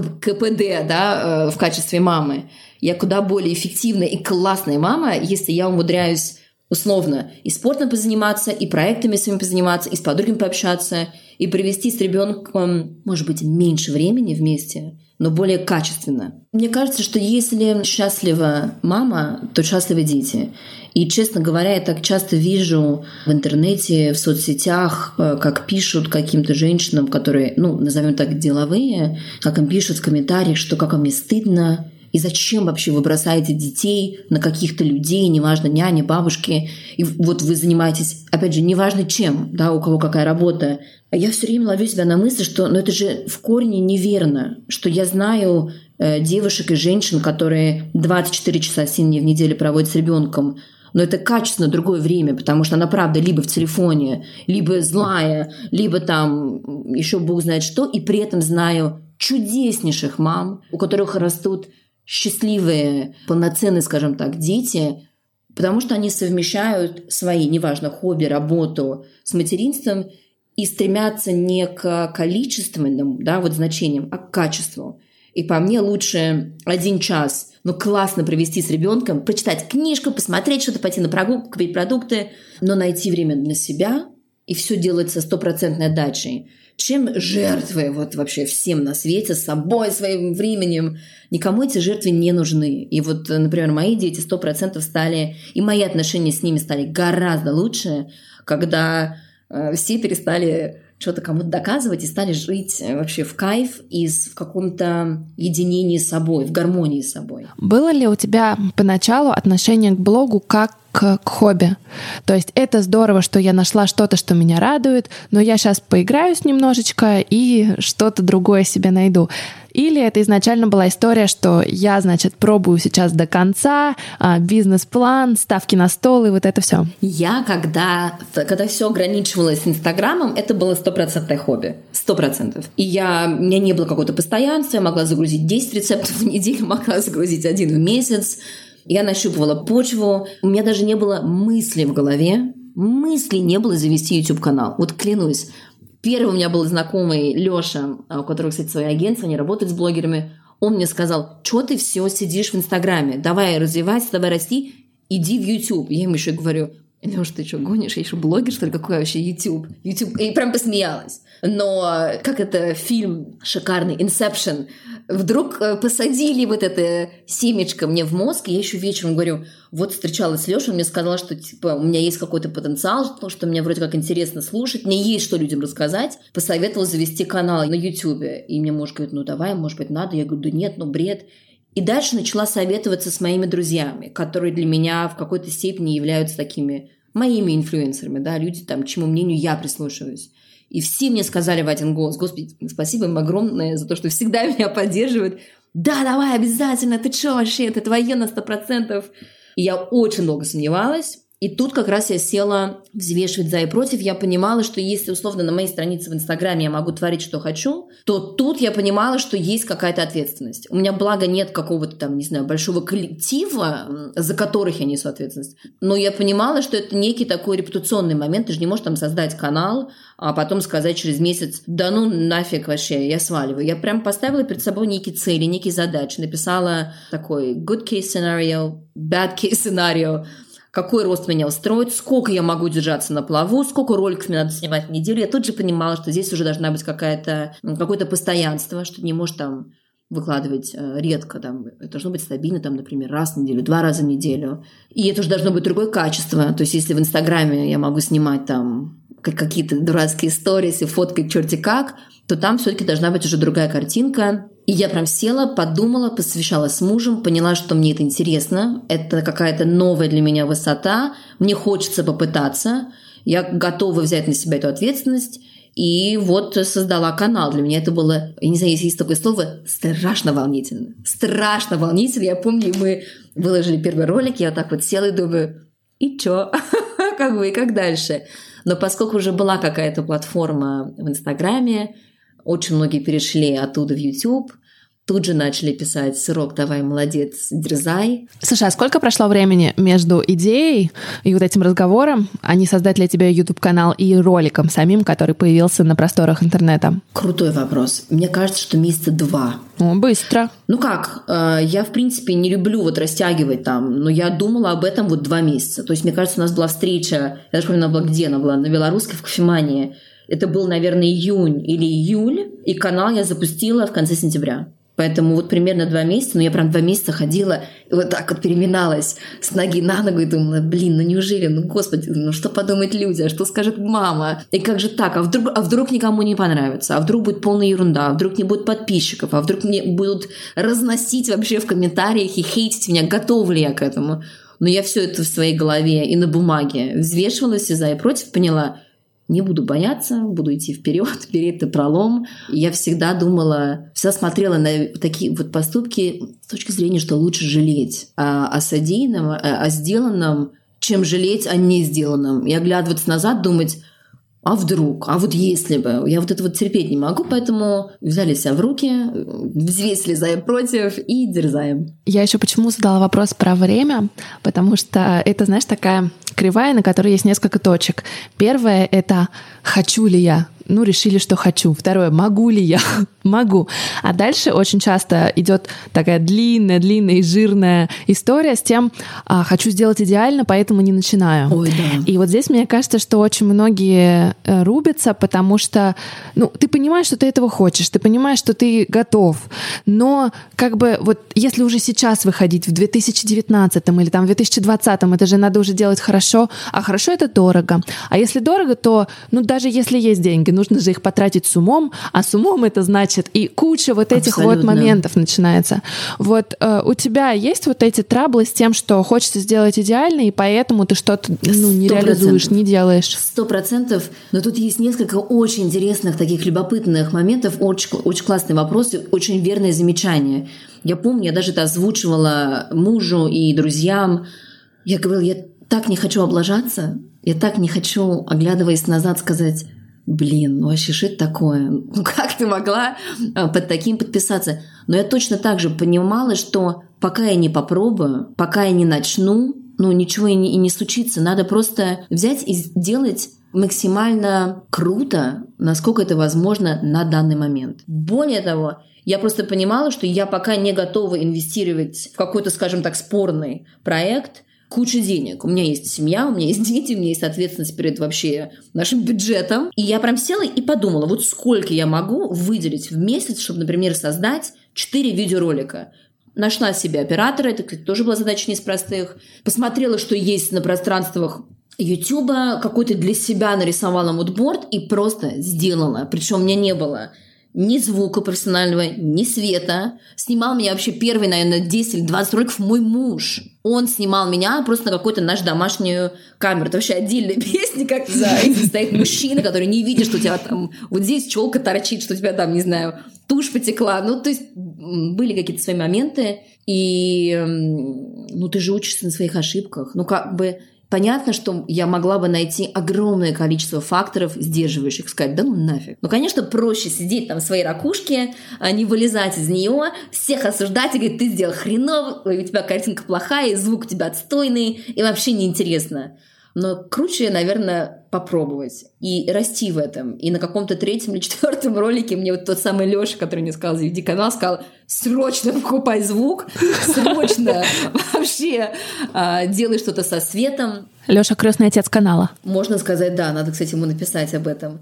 Speaker 2: КПД, да, в качестве мамы. Я куда более эффективная и классная мама, если я умудряюсь условно и спортом позаниматься, и проектами своими позаниматься, и с подругами пообщаться, и провести с ребенком, может быть, меньше времени вместе, но более качественно. Мне кажется, что если счастлива мама, то счастливы дети. И, честно говоря, я так часто вижу в интернете, в соцсетях, как пишут каким-то женщинам, которые, ну, назовем так, деловые, как им пишут в комментариях, что как мне стыдно, и зачем вообще вы бросаете детей на каких-то людей, неважно, няни, бабушки, и вот вы занимаетесь, опять же, неважно чем, да, у кого какая работа. А я все время ловлю себя на мысли, что ну, это же в корне неверно, что я знаю э, девушек и женщин, которые двадцать четыре часа семь дней в неделю проводят с ребенком, но это качественно другое время, потому что она, правда, либо в телефоне, либо злая, либо там еще бог знает что, и при этом знаю чудеснейших мам, у которых растут счастливые, полноценные, скажем так, дети, потому что они совмещают свои, неважно, хобби, работу с материнством и стремятся не к количественным, да, вот значениям, а к качеству. И по мне лучше один час, ну, классно провести с ребенком, прочитать книжку, посмотреть что-то, пойти на прогулку, купить продукты, но найти время для себя, и все делать со стопроцентной отдачей, чем жертвы вот вообще всем на свете, с собой, своим временем. Никому эти жертвы не нужны. И вот, например, мои дети сто процентов стали, и мои отношения с ними стали гораздо лучше, когда э, все перестали что-то кому-то доказывать и стали жить вообще в кайф и в каком-то единении с собой, в гармонии с собой.
Speaker 1: Было ли у тебя поначалу отношение к блогу как к, к хобби? То есть это здорово, что я нашла что-то, что меня радует, но я сейчас поиграюсь немножечко и что-то другое себе найду. Или это изначально была история, что я, значит, пробую сейчас до конца, бизнес-план, ставки на стол и вот это все.
Speaker 2: Я, когда, когда все ограничивалось Инстаграмом, это было стопроцентное хобби. Сто процентов. И я, у меня не было какого-то постоянства, я могла загрузить десять рецептов в неделю, могла загрузить один в месяц. Я нащупывала почву. У меня даже не было мысли в голове. Мысли не было завести YouTube-канал. Вот клянусь. Первый у меня был знакомый Лёша, у которого, кстати, свое агентство, они работают с блогерами. Он мне сказал: что ты все сидишь в Инстаграме? Давай развивайся, давай расти, иди в YouTube. Я ему еще говорю: Лёш, ты что, гонишь? Я еще блогер, что ли? Какой вообще YouTube? YouTube? И прям посмеялась. Но как это фильм шикарный «Inception», вдруг посадили вот это семечко мне в мозг, и я еще вечером говорю, вот встречалась с Лешей, он мне сказал, что типа у меня есть какой-то потенциал, что мне вроде как интересно слушать, мне есть что людям рассказать, посоветовал завести канал на YouTube. И мне муж говорит: ну давай, может быть, надо. Я говорю: да нет, ну бред. И дальше начала советоваться с моими друзьями, которые для меня в какой-то степени являются такими моими инфлюенсерами, да, люди, там, чьему мнению я прислушиваюсь. И все мне сказали в один голос: Господи, спасибо им огромное за то, что всегда меня поддерживают. Да, давай, обязательно, ты что вообще, это твое на сто процентов. И я очень долго сомневалась. И тут как раз я села взвешивать за и против. Я понимала, что если условно на моей странице в Инстаграме я могу творить, что хочу, то тут я понимала, что есть какая-то ответственность. У меня, благо, нет какого-то там, не знаю, большого коллектива, за которых я несу ответственность. Но я понимала, что это некий такой репутационный момент. Ты же не можешь там создать канал, а потом сказать через месяц: да ну нафиг вообще, я сваливаю. Я прям поставила перед собой некие цели, некие задачи. Написала такой good case scenario, bad case scenario. Какой рост меня устроит, сколько я могу держаться на плаву, сколько роликов мне надо снимать в неделю. Я тут же понимала, что здесь уже должна быть какая-то, какое-то постоянство, что ты не можешь там выкладывать редко. Там, это должно быть стабильно, там, например, раз в неделю, два раза в неделю. И это уже должно быть другое качество. То есть если в Инстаграме я могу снимать там какие-то дурацкие сторис и фоткать черти как, то там все-таки должна быть уже другая картинка. И я прям села, подумала, посвящалась с мужем, поняла, что мне это интересно, это какая-то новая для меня высота, мне хочется попытаться, я готова взять на себя эту ответственность, и вот создала канал. Для меня это было, я не знаю, если есть такое слово, страшно волнительно. Страшно волнительно. Я помню, мы выложили первый ролик, я вот так вот села и думаю: и чё? Как бы, и как дальше? Но поскольку уже была какая-то платформа в Инстаграме, очень многие перешли оттуда в YouTube, тут же начали писать: «Сырок, давай, молодец, дерзай».
Speaker 1: Слушай, а сколько прошло времени между идеей и вот этим разговором, а не создать для тебя YouTube-канал, и роликом самим, который появился на просторах интернета?
Speaker 2: Крутой вопрос. Мне кажется, что месяца два.
Speaker 1: О, быстро.
Speaker 2: Ну как, я, в принципе, не люблю вот растягивать там, но я думала об этом вот два месяца. То есть, мне кажется, у нас была встреча, я даже помню, она была где она была, на Белорусской, в кофемании. Это был, наверное, июнь или июль, и канал я запустила в конце сентября. Поэтому вот примерно два месяца, но я прям два месяца ходила и вот так вот переминалась с ноги на ногу и думала: блин, ну неужели, ну господи, ну что подумают люди, а что скажет мама? И как же так? А вдруг, а вдруг никому не понравится? А вдруг будет полная ерунда? А вдруг не будет подписчиков? А вдруг мне будут разносить вообще в комментариях и хейтить меня? Готова ли я к этому? Но я все это в своей голове и на бумаге взвешивала все за и против, поняла: не буду бояться, буду идти вперед, перед пролом. И я всегда думала, всегда смотрела на такие вот поступки с точки зрения, что лучше жалеть о, о содеянном, о, о сделанном, чем жалеть о не сделанном. И оглядываться назад, думать: а вдруг, а вот если бы. Я вот это вот терпеть не могу, поэтому взяли себя в руки, взвесили за и против и дерзаем.
Speaker 1: Я еще почему задала вопрос про время, потому что это, знаешь, такая кривая, на которой есть несколько точек. Первое — это «хочу ли я?». Ну, решили, что хочу. Второе — могу ли я? Могу. А дальше очень часто идет такая длинная, длинная и жирная история с тем: а, хочу сделать идеально, поэтому не начинаю.
Speaker 2: Ой, да.
Speaker 1: И вот здесь мне кажется, что очень многие рубятся, потому что, ну, ты понимаешь, что ты этого хочешь, ты понимаешь, что ты готов, но как бы вот если уже сейчас выходить в две тысячи девятнадцатом или там в две тысячи двадцатом, это же надо уже делать хорошо, а хорошо — это дорого. А если дорого, то, ну, даже если есть деньги, нужно же их потратить с умом, а с умом это значит и куча вот этих
Speaker 2: Абсолютно.
Speaker 1: вот моментов начинается. Вот э, у тебя есть вот эти траблы с тем, что хочется сделать идеально, и поэтому ты что-то ну, не
Speaker 2: сто процентов.
Speaker 1: реализуешь, не делаешь?
Speaker 2: Сто процентов. Но тут есть несколько очень интересных, таких любопытных моментов, очень, очень классные вопросы, очень верные замечания. Я помню, я даже это озвучивала мужу и друзьям. Я говорила, я так не хочу облажаться, я так не хочу, оглядываясь назад, сказать: блин, ну вообще, что это такое? Ну как ты могла под таким подписаться? Но я точно так же понимала, что пока я не попробую, пока я не начну, ну ничего и не, и не случится. Надо просто взять и сделать максимально круто, насколько это возможно на данный момент. Более того, я просто понимала, что я пока не готова инвестировать в какой-то, скажем так, спорный проект кучу денег. У меня есть семья, у меня есть дети, у меня есть ответственность перед вообще нашим бюджетом. И я прям села и подумала, вот сколько я могу выделить в месяц, чтобы, например, создать четыре видеоролика. Нашла себе оператора, это, кстати, тоже была задача не из простых. Посмотрела, что есть на пространствах Ютуба, какой-то для себя нарисовала мудборд и просто сделала. Причем у меня не было ни звука профессионального, ни света. Снимал меня вообще первый, наверное, десять или двадцать роликов мой муж. Он снимал меня просто на какую-то нашу домашнюю камеру. Это вообще отдельная песня, как за этим стоит мужчина, который не видит, что у тебя там вот здесь челка торчит, что у тебя там, не знаю, тушь потекла. Ну, то есть были какие-то свои моменты. И ну, ты же учишься на своих ошибках. Ну, как бы понятно, что я могла бы найти огромное количество факторов, сдерживающих, сказать, да ну нафиг. Ну, конечно, проще сидеть там в своей ракушке, а не вылезать из нее, всех осуждать и говорить, ты сделал хреново, у тебя картинка плохая, звук у тебя отстойный, и вообще неинтересно. Но круче, наверное, попробовать и расти в этом. И на каком-то третьем или четвертом ролике мне вот тот самый Лёша, который мне сказал, заведи канал, сказал, срочно покупай звук, срочно вообще делай что-то со светом.
Speaker 1: Лёша — крестный отец канала.
Speaker 2: Можно сказать, да, надо, кстати, ему написать об этом.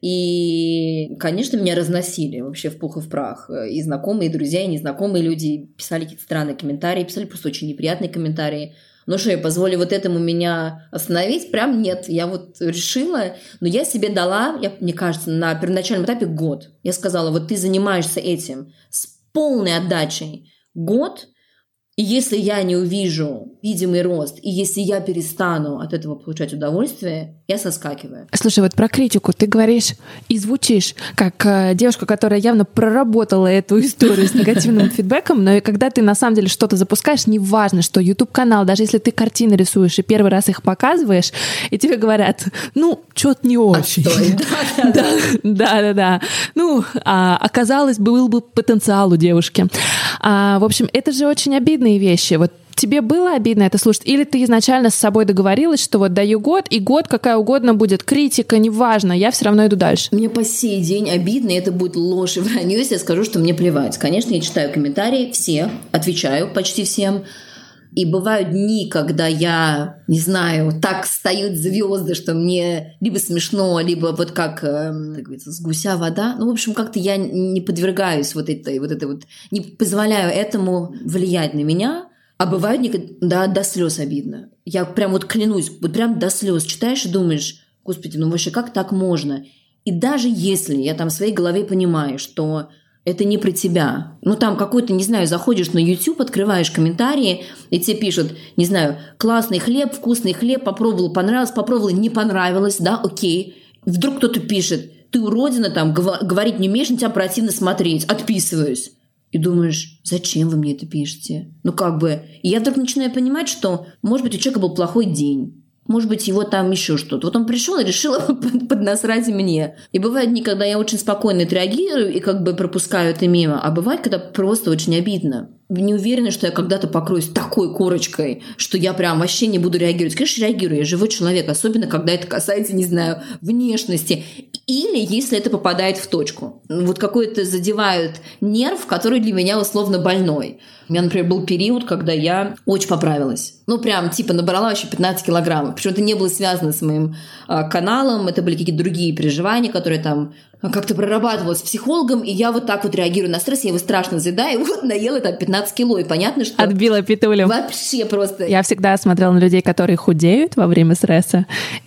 Speaker 2: И, конечно, меня разносили вообще в пух и в прах. И знакомые, и друзья, и незнакомые люди писали какие-то странные комментарии, писали просто очень неприятные комментарии. Ну что, я позволю вот этому меня остановить? Прям нет. Я вот решила, но я себе дала, я, мне кажется, на первоначальном этапе год. Я сказала, вот ты занимаешься этим с полной отдачей год, и если я не увижу видимый рост, и если я перестану от этого получать удовольствие, я соскакиваю.
Speaker 1: Слушай, вот про критику ты говоришь и звучишь как э, девушка, которая явно проработала эту историю с негативным фидбэком, но и когда ты на самом деле что-то запускаешь, неважно, что YouTube-канал, даже если ты картины рисуешь и первый раз их показываешь, и тебе говорят, ну, что-то не очень. Да-да-да. Ну, оказалось, был бы потенциал у девушки. В общем, это же очень обидно вещи. Вот тебе было обидно это слушать? Или ты изначально с собой договорилась, что вот даю год, и год какая угодно будет критика, неважно, я все равно иду дальше?
Speaker 2: Мне по сей день обидно, и это будет ложь и вранье, если я скажу, что мне плевать. Конечно, я читаю комментарии, все, отвечаю почти всем. И бывают дни, когда я, не знаю, так встают звезды, что мне либо смешно, либо вот как, как говорится, с гуся вода. Ну, в общем, как-то я не подвергаюсь вот этой, вот этой вот, не позволяю этому влиять на меня. А бывают дни, да, до слез обидно. Я прям вот клянусь, вот прям до слез читаешь и думаешь, господи, ну вообще как так можно? И даже если я там в своей голове понимаю, что это не про тебя. Ну, там какой-то, не знаю, заходишь на YouTube, открываешь комментарии, и тебе пишут, не знаю, классный хлеб, вкусный хлеб, попробовал, понравилось, попробовал, не понравилось, да, окей. Вдруг кто-то пишет, ты уродина, там, говорить не умеешь, на тебя противно смотреть, отписываюсь. И думаешь, зачем вы мне это пишете? Ну, как бы... И я вдруг начинаю понимать, что, может быть, у человека был плохой день. Может быть, его там еще что-то. Вот он пришел и решил поднасрать мне. И бывают дни, когда я очень спокойно отреагирую и как бы пропускаю это мимо. А бывает, когда просто очень обидно. Не уверена, что я когда-то покроюсь такой корочкой, что я прям вообще не буду реагировать. Конечно, реагирую. Я живой человек. Особенно, когда это касается, не знаю, внешности. Или если это попадает в точку. Вот какой-то задевают нерв, который для меня условно больной. У меня, например, был период, когда я очень поправилась. Ну, прям, типа, набрала вообще пятнадцать килограммов. Причем это не было связано с моим э, каналом. Это были какие-то другие переживания, которые там как-то прорабатывала с психологом, и я вот так вот реагирую на стресс, я его страшно заедаю, и вот наела там пятнадцать кило, и понятно, что...
Speaker 1: Отбила петулю.
Speaker 2: Вообще просто...
Speaker 1: Я всегда смотрела на людей, которые худеют во время стресса,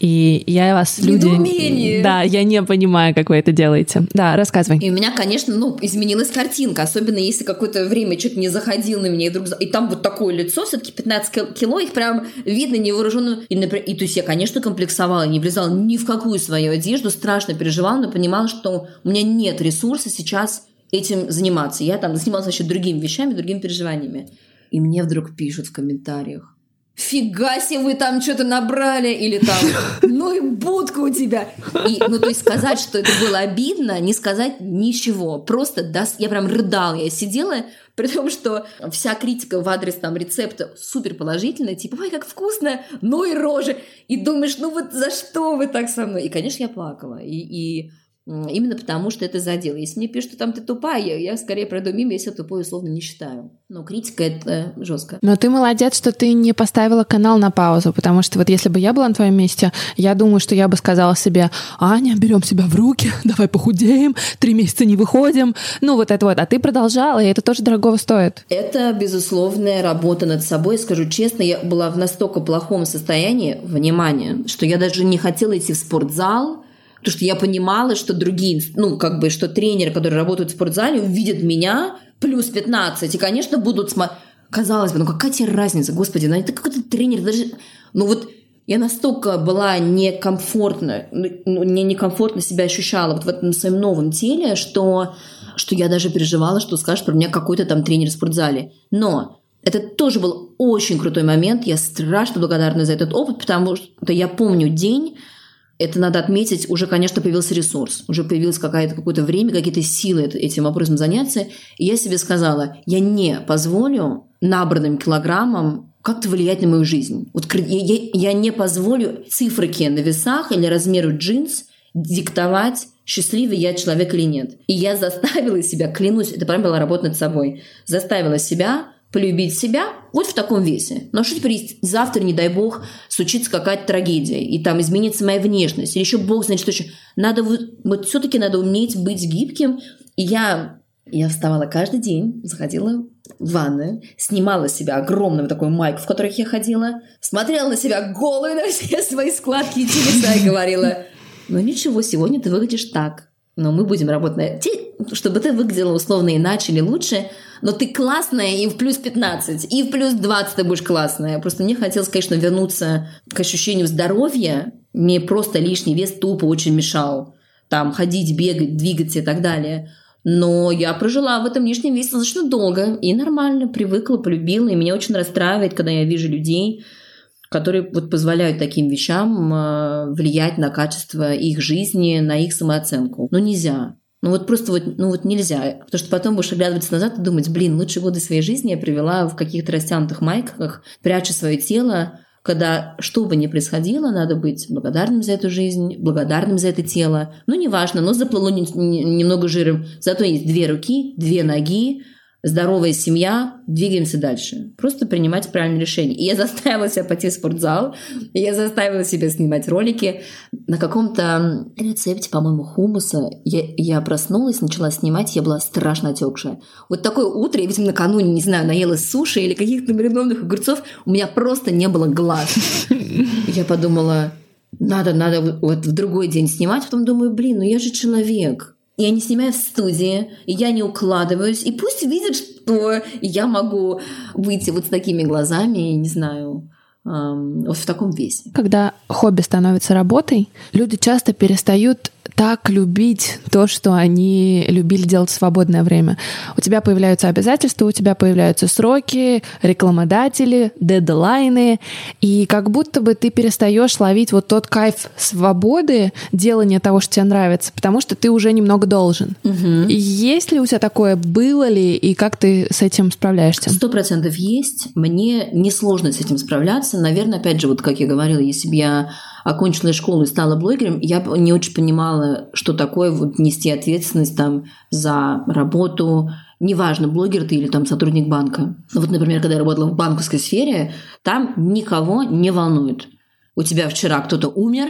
Speaker 1: и я вас, люди...
Speaker 2: Недоумение.
Speaker 1: Да, я не понимаю, как вы это делаете. Да, рассказывай.
Speaker 2: И у меня, конечно, ну, изменилась картинка, особенно если какое-то время человек не заходил на меня, и, вдруг... и там вот такое лицо, все-таки пятнадцать кило, их прям видно невооруженным. И, например... и то есть я, конечно, комплексовала, не влезала ни в какую свою одежду, страшно переживала, но понимала, что что у меня нет ресурса сейчас этим заниматься. Я там занималась вообще другими вещами, другими переживаниями. И мне вдруг пишут в комментариях: «Фига себе, вы там что-то набрали!» Или там «Ну и будка у тебя!» И, ну, то есть сказать, что это было обидно, не сказать ничего. Просто да, я прям рыдала. Я сидела, при том, что вся критика в адрес там рецепта супер положительная, типа «Ой, как вкусно! Ну и рожи!» И думаешь, ну вот за что вы так со мной? И, конечно, я плакала. И... и именно потому, что это задело. Если мне пишут, что там ты тупая, я, я скорее пройду мимо, если я тупой условно не считаю. Но критика — это жестко.
Speaker 1: Но ты молодец, что ты не поставила канал на паузу, потому что вот если бы я была на твоем месте, я думаю, что я бы сказала себе: «Аня, берем себя в руки, давай похудеем, три месяца не выходим». Ну вот это вот. А ты продолжала, и это тоже дорогого стоит.
Speaker 2: Это безусловная работа над собой. Скажу честно, я была в настолько плохом состоянии, внимание, что я даже не хотела идти в спортзал, потому что я понимала, что другие, ну, как бы, что тренеры, которые работают в спортзале, увидят меня плюс пятнадцать, и, конечно, будут смотреть. Казалось бы, ну какая тебе разница, господи, ну это какой-то тренер, даже... Ну вот я настолько была некомфортно, ну, не некомфортно себя ощущала вот в этом своем новом теле, что, что я даже переживала, что скажет про меня какой-то там тренер в спортзале. Но это тоже был очень крутой момент, я страшно благодарна за этот опыт, потому что я помню день. Это надо отметить, уже, конечно, появился ресурс, уже появилось какое-то, какое-то время, какие-то силы этим вопросом заняться. И я себе сказала, я не позволю набранным килограммам как-то влиять на мою жизнь. Вот я, я, я не позволю циферке на весах или размеру джинс диктовать, счастливый я человек или нет. И я заставила себя, клянусь, это прям была работа над собой, заставила себя полюбить себя вот в таком весе. Но что теперь завтра, не дай бог, случится какая-то трагедия, и там изменится моя внешность, или еще бог знает, что еще. Надо вот, вот все-таки надо уметь быть гибким. И я, я вставала каждый день, заходила в ванную, снимала с себя огромную такую майку, в которой я ходила, смотрела на себя голую на все свои складки и телеса и говорила: ну ничего, сегодня ты выглядишь так, но мы будем работать на это, чтобы ты выглядела условно иначе или лучше, но ты классная и в плюс пятнадцать, и в плюс двадцать ты будешь классная. Просто мне хотелось, конечно, вернуться к ощущению здоровья. Мне просто лишний вес тупо очень мешал. Там ходить, бегать, двигаться и так далее. Но я прожила в этом лишнем весе достаточно долго и нормально привыкла, полюбила. И меня очень расстраивает, когда я вижу людей, которые вот позволяют таким вещам влиять на качество их жизни, на их самооценку. Но нельзя. Ну вот просто вот, ну вот нельзя. Потому что потом будешь оглядываться назад и думать: блин, лучшие годы своей жизни я провела в каких-то растянутых майках, пряча свое тело, когда что бы ни происходило, надо быть благодарным за эту жизнь, благодарным за это тело. Ну, неважно, но заплыло немного жиром. Зато есть две руки, две ноги, здоровая семья, двигаемся дальше. Просто принимать правильные решения. И я заставила себя пойти в спортзал, и я заставила себя снимать ролики. На каком-то рецепте, по-моему, хумуса я, я проснулась, начала снимать, я была страшно отекшая. Вот такое утро, я, видимо, накануне, не знаю, наелась суши или каких-то маринованных огурцов, у меня просто не было глаз. Я подумала, надо, надо вот в другой день снимать. Потом думаю, блин, ну я же человек. Я не снимаю в студии, и я не укладываюсь. И пусть видят, что я могу выйти вот с такими глазами, не знаю, эм, вот в таком весе.
Speaker 1: Когда хобби становится работой, люди часто перестают так любить то, что они любили делать в свободное время. У тебя появляются обязательства, у тебя появляются сроки, рекламодатели, дедлайны, и как будто бы ты перестаешь ловить вот тот кайф свободы, делания того, что тебе нравится, потому что ты уже немного должен.
Speaker 2: Угу.
Speaker 1: Есть ли у тебя такое, было ли, и как ты с этим справляешься?
Speaker 2: Сто процентов есть. Мне несложно с этим справляться. Наверное, опять же, вот как я говорила, если бы я окончила школу и стала блогером, я бы не очень понимала, что такое вот нести ответственность там за работу. Неважно, блогер ты или там сотрудник банка. Вот, например, когда я работала в банковской сфере, там никого не волнует. У тебя вчера кто-то умер,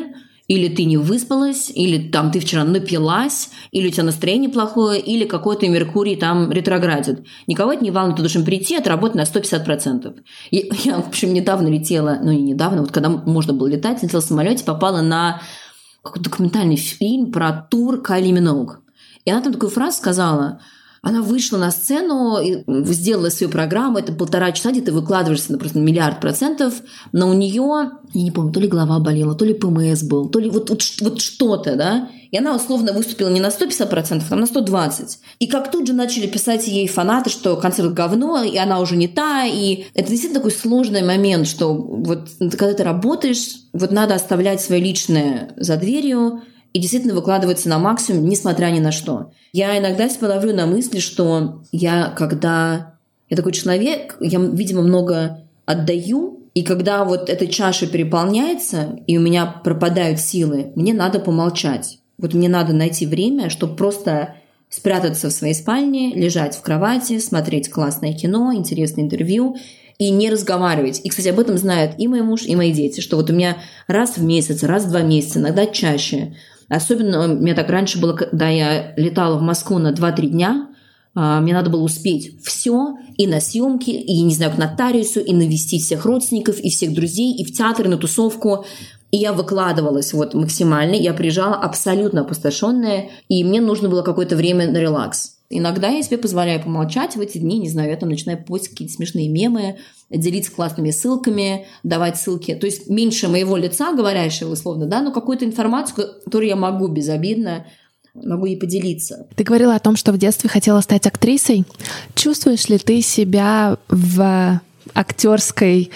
Speaker 2: Или ты не выспалась, или там ты вчера напилась, или у тебя настроение плохое, или какой-то Меркурий там ретроградит. Никого это не волнует, ты должен прийти, отработать на сто пятьдесят процентов. Я, я, в общем, недавно летела, ну не недавно, вот когда можно было летать, летела в самолете, попала на какой-то документальный фильм про тур Кайли Миноуг. И она там такую фразу сказала. Она вышла на сцену, сделала свою программу, это полтора часа, где ты выкладываешься на просто миллиард процентов, но у нее, я не помню, то ли голова болела, то ли ПМС был, то ли вот, вот, вот что-то, да, и она условно выступила не на сто пятьдесят процентов, а на сто двадцать процентов. И как тут же начали писать ей фанаты, что концерт говно, и она уже не та, и это действительно такой сложный момент, что вот когда ты работаешь, вот надо оставлять свое личное за дверью, и действительно выкладываться на максимум, несмотря ни на что. Я иногда себя ловлю на мысли, что я, когда... Я такой человек, я, видимо, много отдаю, и когда вот эта чаша переполняется, и у меня пропадают силы, мне надо помолчать. Вот мне надо найти время, чтобы просто спрятаться в своей спальне, лежать в кровати, смотреть классное кино, интересное интервью и не разговаривать. И, кстати, об этом знают и мой муж, и мои дети, что вот у меня раз в месяц, раз в два месяца, иногда чаще. Особенно у меня так раньше было, когда я летала в Москву на два-три дня, мне надо было успеть все и на съемки, и, не знаю, к нотариусу, и навестить всех родственников, и всех друзей, и в театр, и на тусовку. И я выкладывалась вот максимально, я приезжала абсолютно опустошенная, и мне нужно было какое-то время на релакс. Иногда я себе позволяю помолчать в эти дни, не знаю, я там начинаю постить какие-то смешные мемы, делиться классными ссылками, давать ссылки. То есть меньше моего лица, говорящего условно, да, но какую-то информацию, которую я могу безобидно, могу ей поделиться.
Speaker 1: Ты говорила о том, что в детстве хотела стать актрисой. Чувствуешь ли ты себя в актерской,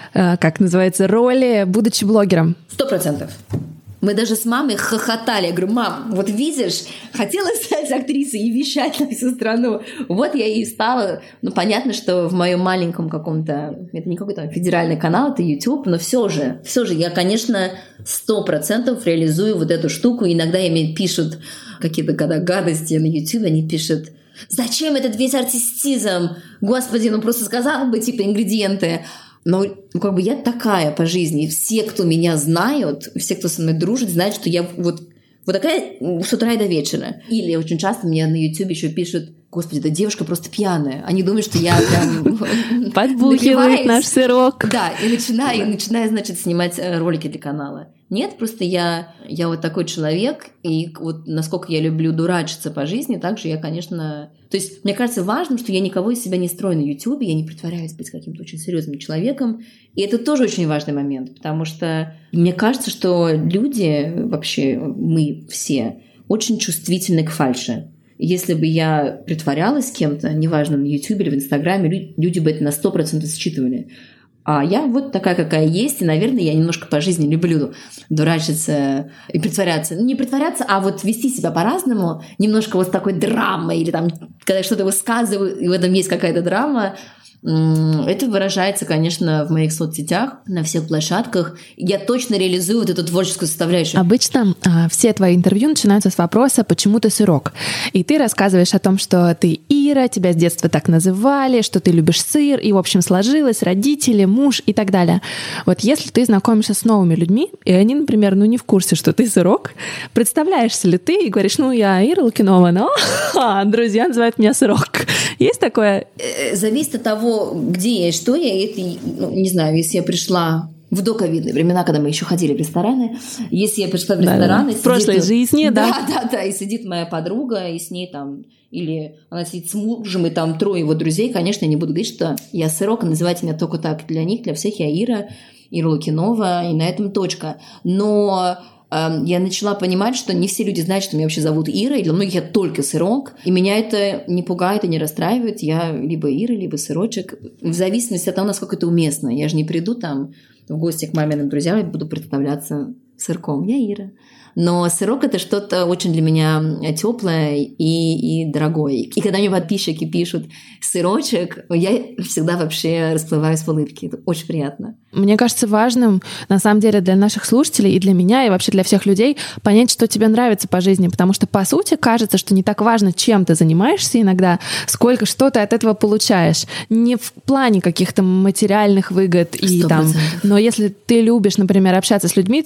Speaker 1: как называется, роли, будучи блогером?
Speaker 2: Сто процентов. Мы даже с мамой хохотали. Я говорю: мам, вот видишь, хотела стать актрисой и вещать на всю страну. Вот я и стала. Ну, понятно, что в моем маленьком каком-то... Это не какой-то федеральный канал, это YouTube, но все же, все же я, конечно, сто процентов реализую вот эту штуку. Иногда мне пишут какие-то когда гадости на YouTube, они пишут: зачем этот весь артистизм? Господи, ну просто сказал бы, типа, ингредиенты. Но ну, как бы я такая по жизни. Все, кто меня знают, все, кто со мной дружит, знают, что я вот, вот такая с утра и до вечера. Или очень часто мне на YouTube еще пишут: господи, эта девушка просто пьяная. Они думают, что я прям...
Speaker 1: Подбухивает наш сырок.
Speaker 2: Да, и начинаю, начинаю, значит, снимать ролики для канала. Нет, просто я, я вот такой человек, и вот насколько я люблю дурачиться по жизни, так же я, конечно... То есть мне кажется важным, что я никого из себя не строю на YouTube, я не притворяюсь быть каким-то очень серьезным человеком, и это тоже очень важный момент, потому что мне кажется, что люди, вообще мы все, очень чувствительны к фальши. Если бы я притворялась кем-то, неважно, на YouTube или в Инстаграме, люди бы это на сто процентов считывали. А я вот такая, какая есть, и, наверное, я немножко по жизни люблю дурачиться и притворяться. Ну, не притворяться, а вот вести себя по-разному, немножко вот с такой драмой, или там, когда я что-то высказываю, и в этом есть какая-то драма. Это выражается, конечно, в моих соцсетях, на всех площадках. Я точно реализую вот эту творческую составляющую.
Speaker 1: Обычно э, все твои интервью начинаются с вопроса: почему ты сырок? И ты рассказываешь о том, что ты Ира, тебя с детства так называли, что ты любишь сыр, и, в общем, сложилось, родители, муж и так далее. Вот если ты знакомишься с новыми людьми, и они, например, ну не в курсе, что ты сырок, представляешься ли ты и говоришь: ну я Ира Лукинова, но друзья называют меня сырок. Есть такое?
Speaker 2: Зависит от того, где я и что я. Это, ну, не знаю, если я пришла в доковидные времена, когда мы еще ходили в рестораны, если я пришла в ресторан...
Speaker 1: Да, да. В прошлой жизни, да.
Speaker 2: Да, да, да, и сидит моя подруга, и с ней там... Или она сидит с мужем, и там трое его друзей, конечно, я не буду говорить, что я сырок, называйте меня только так. Для них, для всех я Ира, Ира Лукинова, и на этом точка. Но... я начала понимать, что не все люди знают, что меня вообще зовут Ира, и для многих я только сырок, и меня это не пугает и не расстраивает. Я либо Ира, либо сырочек, в зависимости от того, насколько это уместно. Я же не приду там в гости к маминым друзьям и буду представляться сырком. Я Ира. Но сырок – это что-то очень для меня теплое и, и дорогое. И когда мне подписчики пишут «сырочек», я всегда вообще расплываюсь в улыбке. Это очень приятно.
Speaker 1: Мне кажется важным, на самом деле, для наших слушателей и для меня, и вообще для всех людей понять, что тебе нравится по жизни. Потому что, по сути, кажется, что не так важно, чем ты занимаешься иногда, сколько что ты от этого получаешь. Не в плане каких-то материальных выгод. И, там, но если ты любишь, например, общаться с людьми, ты можешь с ними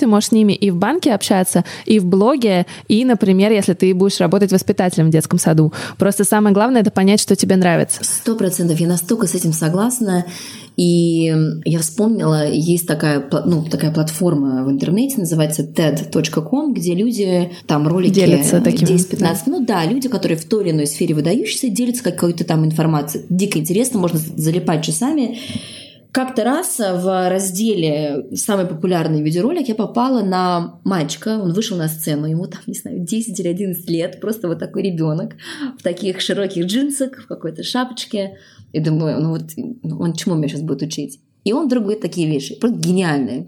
Speaker 1: ними и в банке общаться, и в блоге, и, например, если ты будешь работать воспитателем в детском саду. Просто самое главное — это понять, что тебе нравится.
Speaker 2: Сто процентов. Я настолько с этим согласна. И я вспомнила, есть такая, ну, такая платформа в интернете, называется тед точка ком, где люди, там ролики десять-пятнадцать минут, да. да, люди, которые в той или иной сфере выдающиеся, делятся какой-то там информацией. Дико интересно, можно залипать часами. Как-то раз в разделе «Самый популярный видеоролик» я попала на мальчика, он вышел на сцену, ему там, не знаю, десять или одиннадцать лет, просто вот такой ребенок в таких широких джинсах, в какой-то шапочке. И думаю, ну вот он чему меня сейчас будет учить? И он вдруг говорит такие вещи, просто гениальные,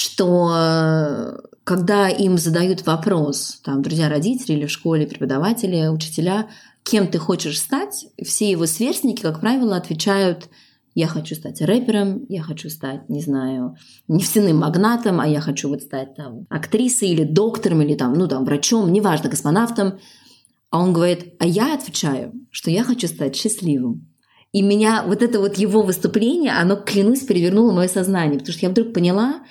Speaker 2: что когда им задают вопрос, там, друзья-родители или в школе преподаватели, учителя, кем ты хочешь стать, все его сверстники, как правило, отвечают: я хочу стать рэпером, я хочу стать, не знаю, нефтяным магнатом, а я хочу вот стать там актрисой или доктором, или там, ну, там, врачом, неважно, космонавтом. А он говорит, а я отвечаю, что я хочу стать счастливым. И меня вот это вот его выступление, оно, клянусь, перевернуло мое сознание, потому что я вдруг поняла,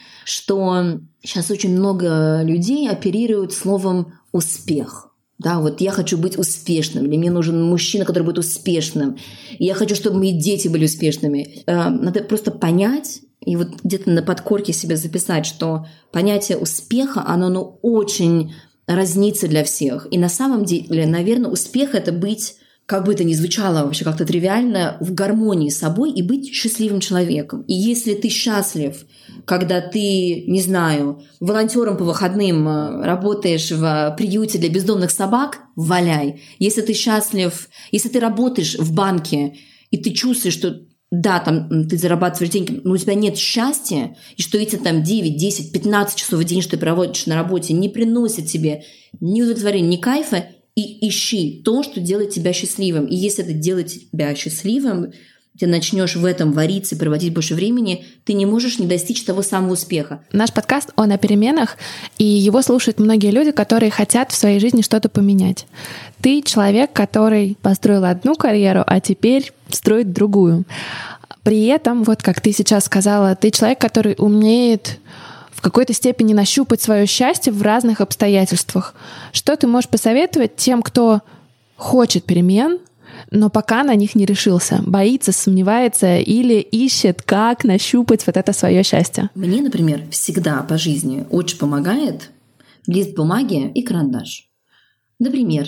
Speaker 2: что сейчас очень много людей оперируют словом «успех». Да, вот я хочу быть успешным, или мне нужен мужчина, который будет успешным, и я хочу, чтобы мои дети были успешными. Надо просто понять и вот где-то на подкорке себе записать, что понятие успеха, оно ну, очень разнится для всех. И на самом деле, наверное, успех — это быть, как бы это ни звучало вообще как-то тривиально, в гармонии с собой и быть счастливым человеком. И если ты счастлив, когда ты, не знаю, волонтером по выходным работаешь в приюте для бездомных собак, валяй. Если ты счастлив, если ты работаешь в банке, и ты чувствуешь, что да, там ты зарабатываешь деньги, но у тебя нет счастья, и что эти там девять, десять, пятнадцать часов в день, что ты проводишь на работе, не приносят тебе ни удовлетворения, ни кайфа, и ищи то, что делает тебя счастливым. И если это делает тебя счастливым, ты начнешь в этом вариться и проводить больше времени, ты не можешь не достичь того самого успеха.
Speaker 1: Наш подкаст, он о переменах, и его слушают многие люди, которые хотят в своей жизни что-то поменять. Ты человек, который построил одну карьеру, а теперь строит другую. При этом, вот как ты сейчас сказала, ты человек, который умеет в какой-то степени нащупать свое счастье в разных обстоятельствах. Что ты можешь посоветовать тем, кто хочет перемен, но пока на них не решился, боится, сомневается или ищет, как нащупать вот это свое счастье?
Speaker 2: Мне, например, всегда по жизни очень помогает лист бумаги и карандаш. Например,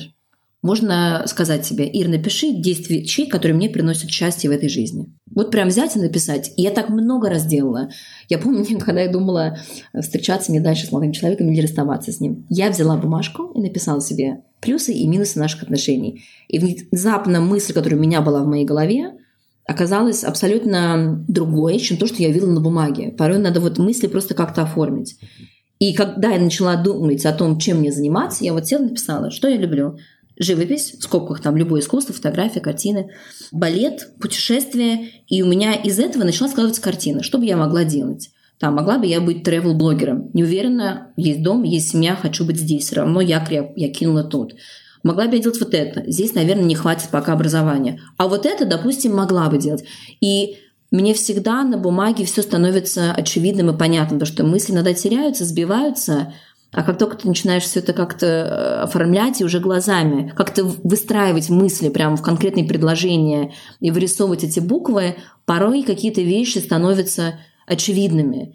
Speaker 2: можно сказать себе: Ир, напиши десять вещей, которые мне приносят счастье в этой жизни. Вот прям взять и написать. И я так много раз делала. Я помню, когда я думала встречаться мне дальше с молодым человеком или расставаться с ним, я взяла бумажку и написала себе плюсы и минусы наших отношений. И внезапно мысль, которая у меня была в моей голове, оказалась абсолютно другой, чем то, что я видела на бумаге. Порой надо вот мысли просто как-то оформить. И когда я начала думать о том, чем мне заниматься, я вот села и написала, что я люблю. Живопись, в скобках там любое искусство, фотография, картины, балет, путешествия. И у меня из этого начала складываться картина. Что бы я могла делать? Там могла бы я быть тревел-блогером. Не уверена, есть дом, есть семья, хочу быть здесь. Все равно я, я кинула тут. Могла бы я делать вот это. Здесь, наверное, не хватит пока образования. А вот это, допустим, могла бы делать. И мне всегда на бумаге все становится очевидным и понятным, потому что мысли иногда теряются, сбиваются. А как только ты начинаешь все это как-то оформлять и уже глазами, как-то выстраивать мысли прямо в конкретные предложения и вырисовывать эти буквы, порой какие-то вещи становятся очевидными.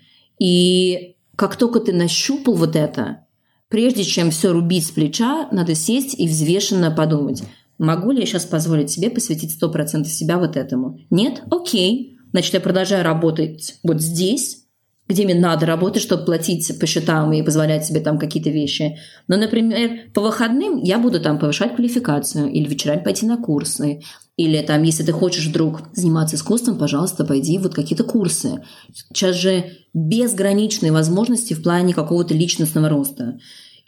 Speaker 2: И как только ты нащупал вот это, прежде чем все рубить с плеча, надо сесть и взвешенно подумать, могу ли я сейчас позволить себе посвятить сто процентов себя вот этому? Нет? Окей. Значит, я продолжаю работать вот здесь, где мне надо работать, чтобы платить по счетам и позволять себе там какие-то вещи. Но, например, по выходным я буду там повышать квалификацию или вечерами пойти на курсы. Или там, если ты хочешь вдруг заниматься искусством, пожалуйста, пойди вот какие-то курсы. Сейчас же безграничные возможности в плане какого-то личностного роста.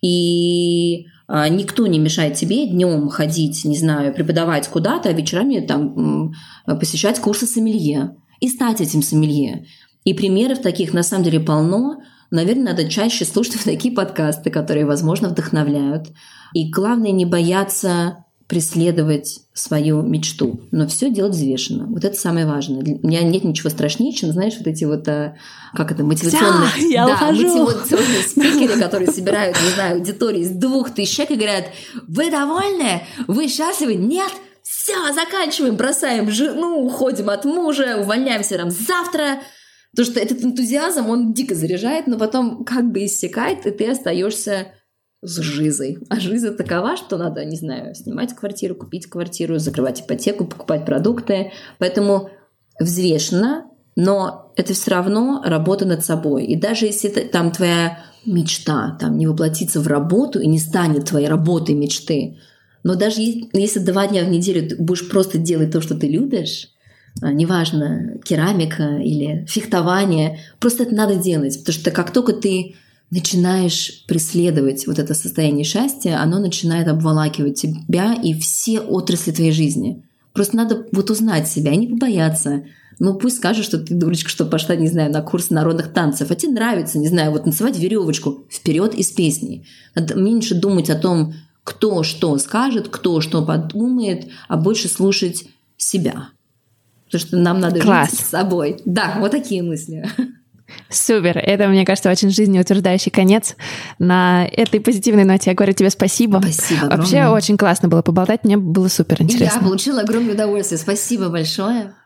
Speaker 2: И а, никто не мешает тебе днем ходить, не знаю, преподавать куда-то, а вечерами там посещать курсы сомелье и стать этим сомелье. И примеров таких на самом деле полно. Наверное, надо чаще слушать такие подкасты, которые, возможно, вдохновляют. И главное, не бояться преследовать свою мечту, но все делать взвешенно. Вот это самое важное. У меня нет ничего страшнее, чем, знаешь, вот эти вот, как это, мотивационные...
Speaker 1: Всё, я
Speaker 2: да,
Speaker 1: ухожу.
Speaker 2: мотивационные спикеры, которые собирают, не знаю, аудитории из двух тысяч человек и говорят: вы довольны? Вы счастливы? Нет? Все, заканчиваем, бросаем жену, уходим от мужа, увольняемся там завтра. Потому что этот энтузиазм, он дико заряжает, но потом как бы иссякает, и ты остаешься с жизой. А жизнь такова, что надо, не знаю, снимать квартиру, купить квартиру, закрывать ипотеку, покупать продукты. Поэтому взвешенно, но это все равно работа над собой. И даже если это, там твоя мечта там, не воплотится в работу и не станет твоей работой мечты, но даже если два дня в неделю ты будешь просто делать то, что ты любишь, неважно, керамика или фехтование, просто это надо делать, потому что как только ты начинаешь преследовать вот это состояние счастья, оно начинает обволакивать тебя и все отрасли твоей жизни. Просто надо вот узнать себя и не побояться. Ну, пусть скажешь, что ты дурочка, что пошла, не знаю, на курс народных танцев, а тебе нравится, не знаю, вот танцевать веревочку вперед из песни. Надо меньше думать о том, кто что скажет, кто что подумает, а больше слушать себя. Потому что нам надо
Speaker 1: Класс.
Speaker 2: жить с собой. Да, вот такие мысли.
Speaker 1: Супер. Это, мне кажется, очень жизнеутверждающий конец. На этой позитивной ноте я говорю тебе спасибо.
Speaker 2: Спасибо
Speaker 1: огромное. Вообще очень классно было поболтать. Мне было супер интересно.
Speaker 2: Я получила огромное удовольствие. Спасибо большое.